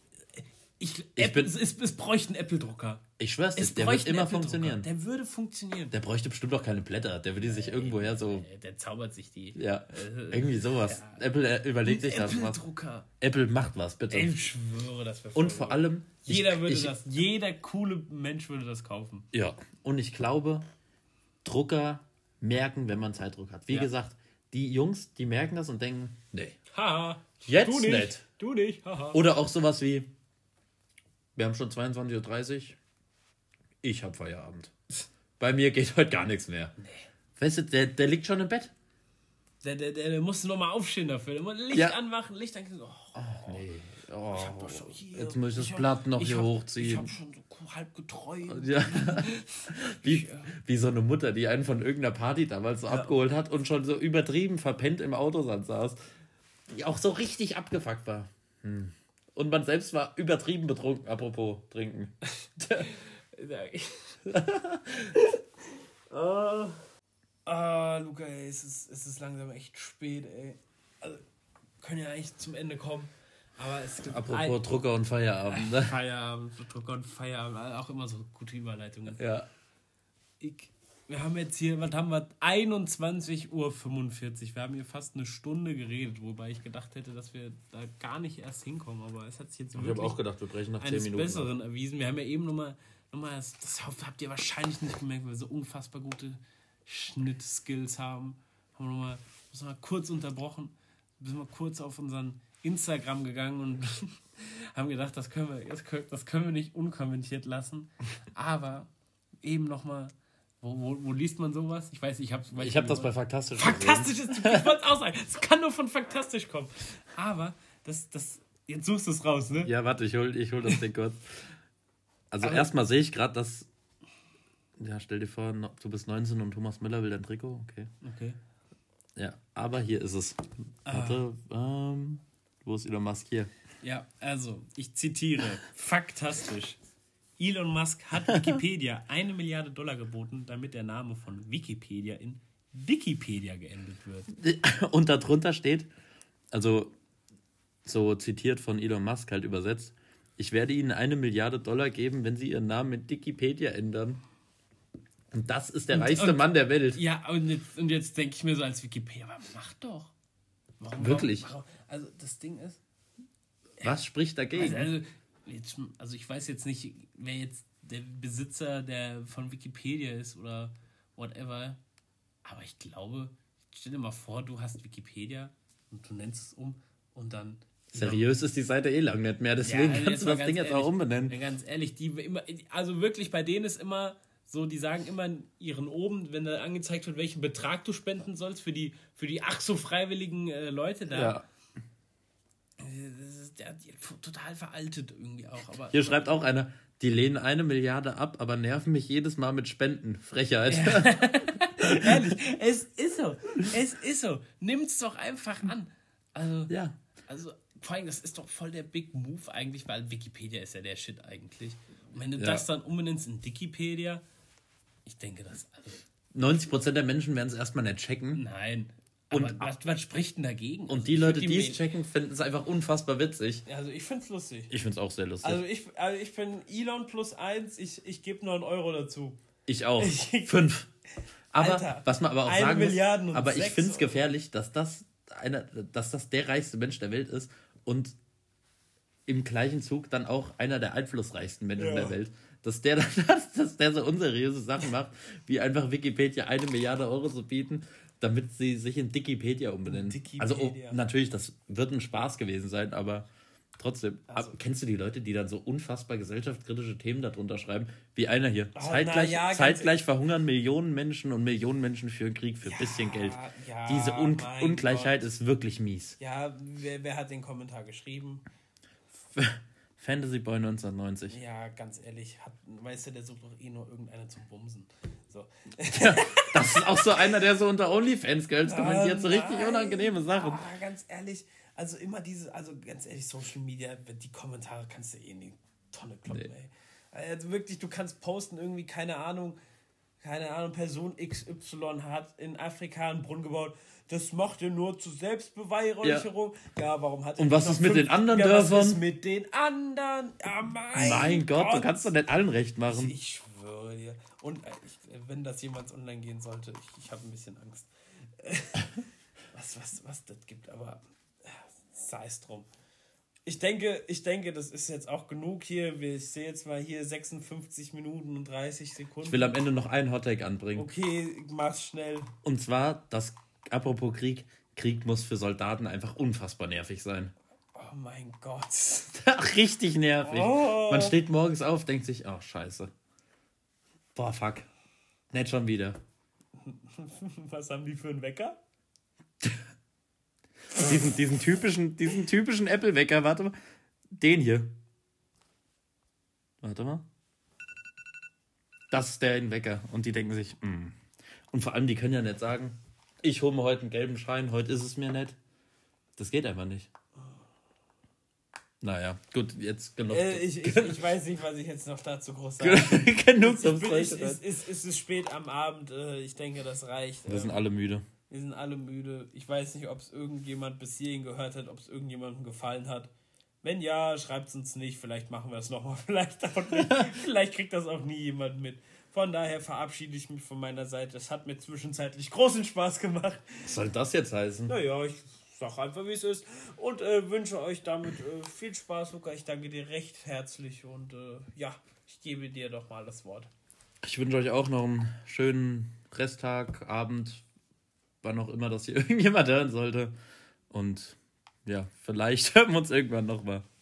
ich, Ich Apple, bin- es, es, es bräuchte einen Apple-Drucker. Ich schwör's dir, Es der wird bräuchte einen immer Apple-Drucker. funktionieren. Der würde funktionieren. Der bräuchte bestimmt auch keine Blätter. Der würde sich irgendwoher so... Der, der zaubert sich die. Ja, Äh, irgendwie sowas. ja. Apple äh, überlegt sich da was. Apple-Drucker. Apple macht was, bitte. Ey, ich schwöre, das wäre Und vor allem... ich- Jeder würde ich, das, jeder coole Mensch würde das kaufen. Ja, und ich glaube, Drucker merken, wenn man Zeitdruck hat. Wie Ja. gesagt, die Jungs, die merken das und denken, nee, Haha. jetzt du nicht. nicht. Du nicht. Haha. Oder auch sowas wie, wir haben schon zweiundzwanzig Uhr dreißig, ich habe Feierabend. Bei mir geht heute gar nichts mehr. Nee. Weißt du, der, der liegt schon im Bett. Der, der, der, der musste nochmal aufstehen dafür. Der muss Licht Ja. anmachen, Licht angehen. Oh, Ach nee. Oh, ich hab doch schon hier. jetzt muss ich das hab- Blatt noch ich hier hab, hochziehen. Ich hab schon so halb geträumt. Ja. Wie, Ich, äh, wie so eine Mutter, die einen von irgendeiner Party damals so abgeholt hat und schon so übertrieben verpennt im Autosand saß. Die auch so richtig abgefuckt war. Hm. Und man selbst war übertrieben betrunken, apropos trinken. Ah, ah, Luca, ey, es ist, es ist langsam echt spät, ey. Also, können ja eigentlich zum Ende kommen. Aber es gibt Apropos Drucker und Feierabend. Ne? Feierabend, Drucker und Feierabend, auch immer so gute Überleitungen. Ja. Ich, wir haben jetzt hier, was haben wir? einundzwanzig Uhr fünfundvierzig. Wir haben hier fast eine Stunde geredet, wobei ich gedacht hätte, dass wir da gar nicht erst hinkommen. Aber es hat sich jetzt Ich habe wirklich auch gedacht, wir brechen nach zehn eines Minuten. Besseren erwiesen. Wir haben ja eben nochmal, noch mal, das, das habt ihr wahrscheinlich nicht gemerkt, weil wir so unfassbar gute Schnittskills haben. Haben wir nochmal noch mal kurz unterbrochen, sind mal kurz auf unseren Instagram gegangen und haben gedacht, das können wir, das können, das können wir nicht unkommentiert lassen. Aber eben nochmal, wo, wo, wo liest man sowas? Ich weiß, ich habe Ich habe das bei Faktastisch Faktastisch ist, ich wollte es auch sagen. Es kann nur von Faktastisch kommen. Aber das, das, jetzt suchst du es raus, ne? Ja, warte, ich hol, ich hol das Ding kurz. Also Aber- erstmal sehe ich gerade, dass... Ja, stell dir vor, no- du bist neunzehn und Thomas Müller will dein Trikot. Okay. Okay. Ja, aber hier ist es. Warte, ähm, wo ist Elon Musk hier? Ja, also, ich zitiere. Faktastisch. Elon Musk hat Wikipedia eine Milliarde Dollar geboten, damit der Name von Wikipedia in Wikipedia geändert wird. Und darunter steht, also so zitiert von Elon Musk halt übersetzt, ich werde Ihnen eine Milliarde Dollar geben, wenn Sie Ihren Namen in Wikipedia ändern. Und das ist der Und- reichste und- Mann der Welt. Ja, und jetzt, und jetzt denke ich mir so als Wikipedia, aber mach doch. Warum, Wirklich? Warum, warum, also, das Ding ist, Was spricht dagegen? Also, also, jetzt, also ich weiß jetzt nicht, wer jetzt der Besitzer der von Wikipedia ist oder whatever. Aber ich glaube, stell dir mal vor, du hast Wikipedia und du nennst es um und dann... Seriös ist die Seite eh lang nicht mehr, deswegen Ja, kannst du das Ding ehrlich, jetzt auch umbenennen. Ganz ehrlich, die immer, also wirklich bei denen ist immer so, die sagen immer ihren oben, wenn da angezeigt wird, welchen Betrag du spenden sollst für die, für die ach so freiwilligen äh, Leute da. Ja. Das ist ja, total veraltet irgendwie auch. Aber, Hier schreibt auch einer, die lehnen eine Milliarde ab, aber nerven mich jedes Mal mit Spenden. Frechheit. Ja. Ehrlich, es ist so. Es ist so. Nimm's doch einfach an. Also, ja. Also, vor allem, das ist doch voll der Big Move eigentlich, weil Wikipedia ist ja der Shit eigentlich. Und wenn du ja. das dann umbenennst in Wikipedia, ich denke, das... Also, neunzig Prozent der Menschen werden es erstmal nicht checken. Nein. Aber und, was, was spricht denn dagegen? Und also die Leute, die es checken, finden es einfach unfassbar witzig. Also ich finde es lustig. Ich finde es auch sehr lustig. Also ich, also ich bin Elon plus eins, ich, ich gebe noch einen Euro dazu. Ich auch. Ich, Fünf. Aber, Alter, was man aber auch sagen Milliarden muss, aber ich finde es gefährlich, dass das, einer, dass das der reichste Mensch der Welt ist und im gleichen Zug dann auch einer der einflussreichsten Menschen ja. der Welt. Dass der, dass, dass der so unseriöse Sachen macht, wie einfach Wikipedia eine Milliarde Euro zu bieten, damit sie sich in Wikipedia umbenennen. Wikipedia. Also oh, natürlich, das wird ein Spaß gewesen sein, aber trotzdem. Also, ab, kennst du die Leute, die dann so unfassbar gesellschaftskritische Themen darunter schreiben? Wie einer hier. Oh, zeitgleich ja, zeitgleich verhungern Millionen Menschen und Millionen Menschen führen Krieg für ein ja, bisschen Geld. Ja, Diese Un- Ungleichheit Gott. ist wirklich mies. Ja, wer, wer hat den Kommentar geschrieben? Fantasy Boy neunzehnhundertneunzig. Ja, ganz ehrlich, hat, weißt du, der sucht doch eh nur irgendeine zum Bumsen. So. Ja, das ist auch so einer, der so unter OnlyFans-Girls oh, kommentiert, so richtig nein. unangenehme Sachen. Ja, ganz ehrlich, also immer diese, also ganz ehrlich, Social Media, die Kommentare kannst du eh in die Tonne kloppen, nee. ey. Also wirklich, du kannst posten irgendwie, keine Ahnung, keine Ahnung, Person X Y hat in Afrika einen Brunnen gebaut. Das macht er nur zur Selbstbeweihräucherung. Ja. ja, warum hat er Und was ist mit fünf, den anderen ja, Dörfern? Was ist mit den anderen? Ja, mein, mein Gott, Gott, du kannst doch nicht allen recht machen. Ich, ich schwöre dir. Und ich, wenn das jemals online gehen sollte, ich, ich habe ein bisschen Angst. was, was, was das gibt, aber sei es drum. Ich denke, ich denke, das ist jetzt auch genug hier. Ich sehe jetzt mal hier sechsundfünfzig Minuten und dreißig Sekunden. Ich will am Ende noch einen Hottake anbringen. Okay, mach's schnell. Und zwar, das, apropos Krieg, Krieg muss für Soldaten einfach unfassbar nervig sein. Oh mein Gott. Richtig nervig. Oh. Man steht morgens auf, denkt sich, oh scheiße. Boah, fuck. Nicht schon wieder. Was haben die für einen Wecker? diesen, diesen typischen, diesen typischen Apple-Wecker, warte mal. Den hier. Warte mal. Das ist der Wecker. Und die denken sich, mh. Und vor allem, die können ja nicht sagen, ich hole mir heute einen gelben Schein, heute ist es mir nicht. Das geht einfach nicht. Naja, gut, jetzt genug. Äh, ich, ich, ich weiß nicht, was ich jetzt noch dazu groß sage. genug zum es, es, es, es, es ist spät am Abend, ich denke, das reicht. Wir sind alle müde. Wir sind alle müde. Ich weiß nicht, ob es irgendjemand bis hierhin gehört hat, ob es irgendjemandem gefallen hat. Wenn ja, schreibt es uns nicht. Vielleicht machen wir es nochmal. Vielleicht auch nicht. Vielleicht kriegt das auch nie jemand mit. Von daher verabschiede ich mich von meiner Seite. Es hat mir zwischenzeitlich großen Spaß gemacht. Was soll das jetzt heißen? Naja, ich sag einfach, wie es ist. Und äh, wünsche euch damit äh, viel Spaß, Luca. Ich danke dir recht herzlich. Und äh, ja, ich gebe dir doch mal das Wort. Ich wünsche euch auch noch einen schönen Resttag, Abend, wann auch immer das hier irgendjemand hören sollte. Und ja, vielleicht hören wir uns irgendwann nochmal.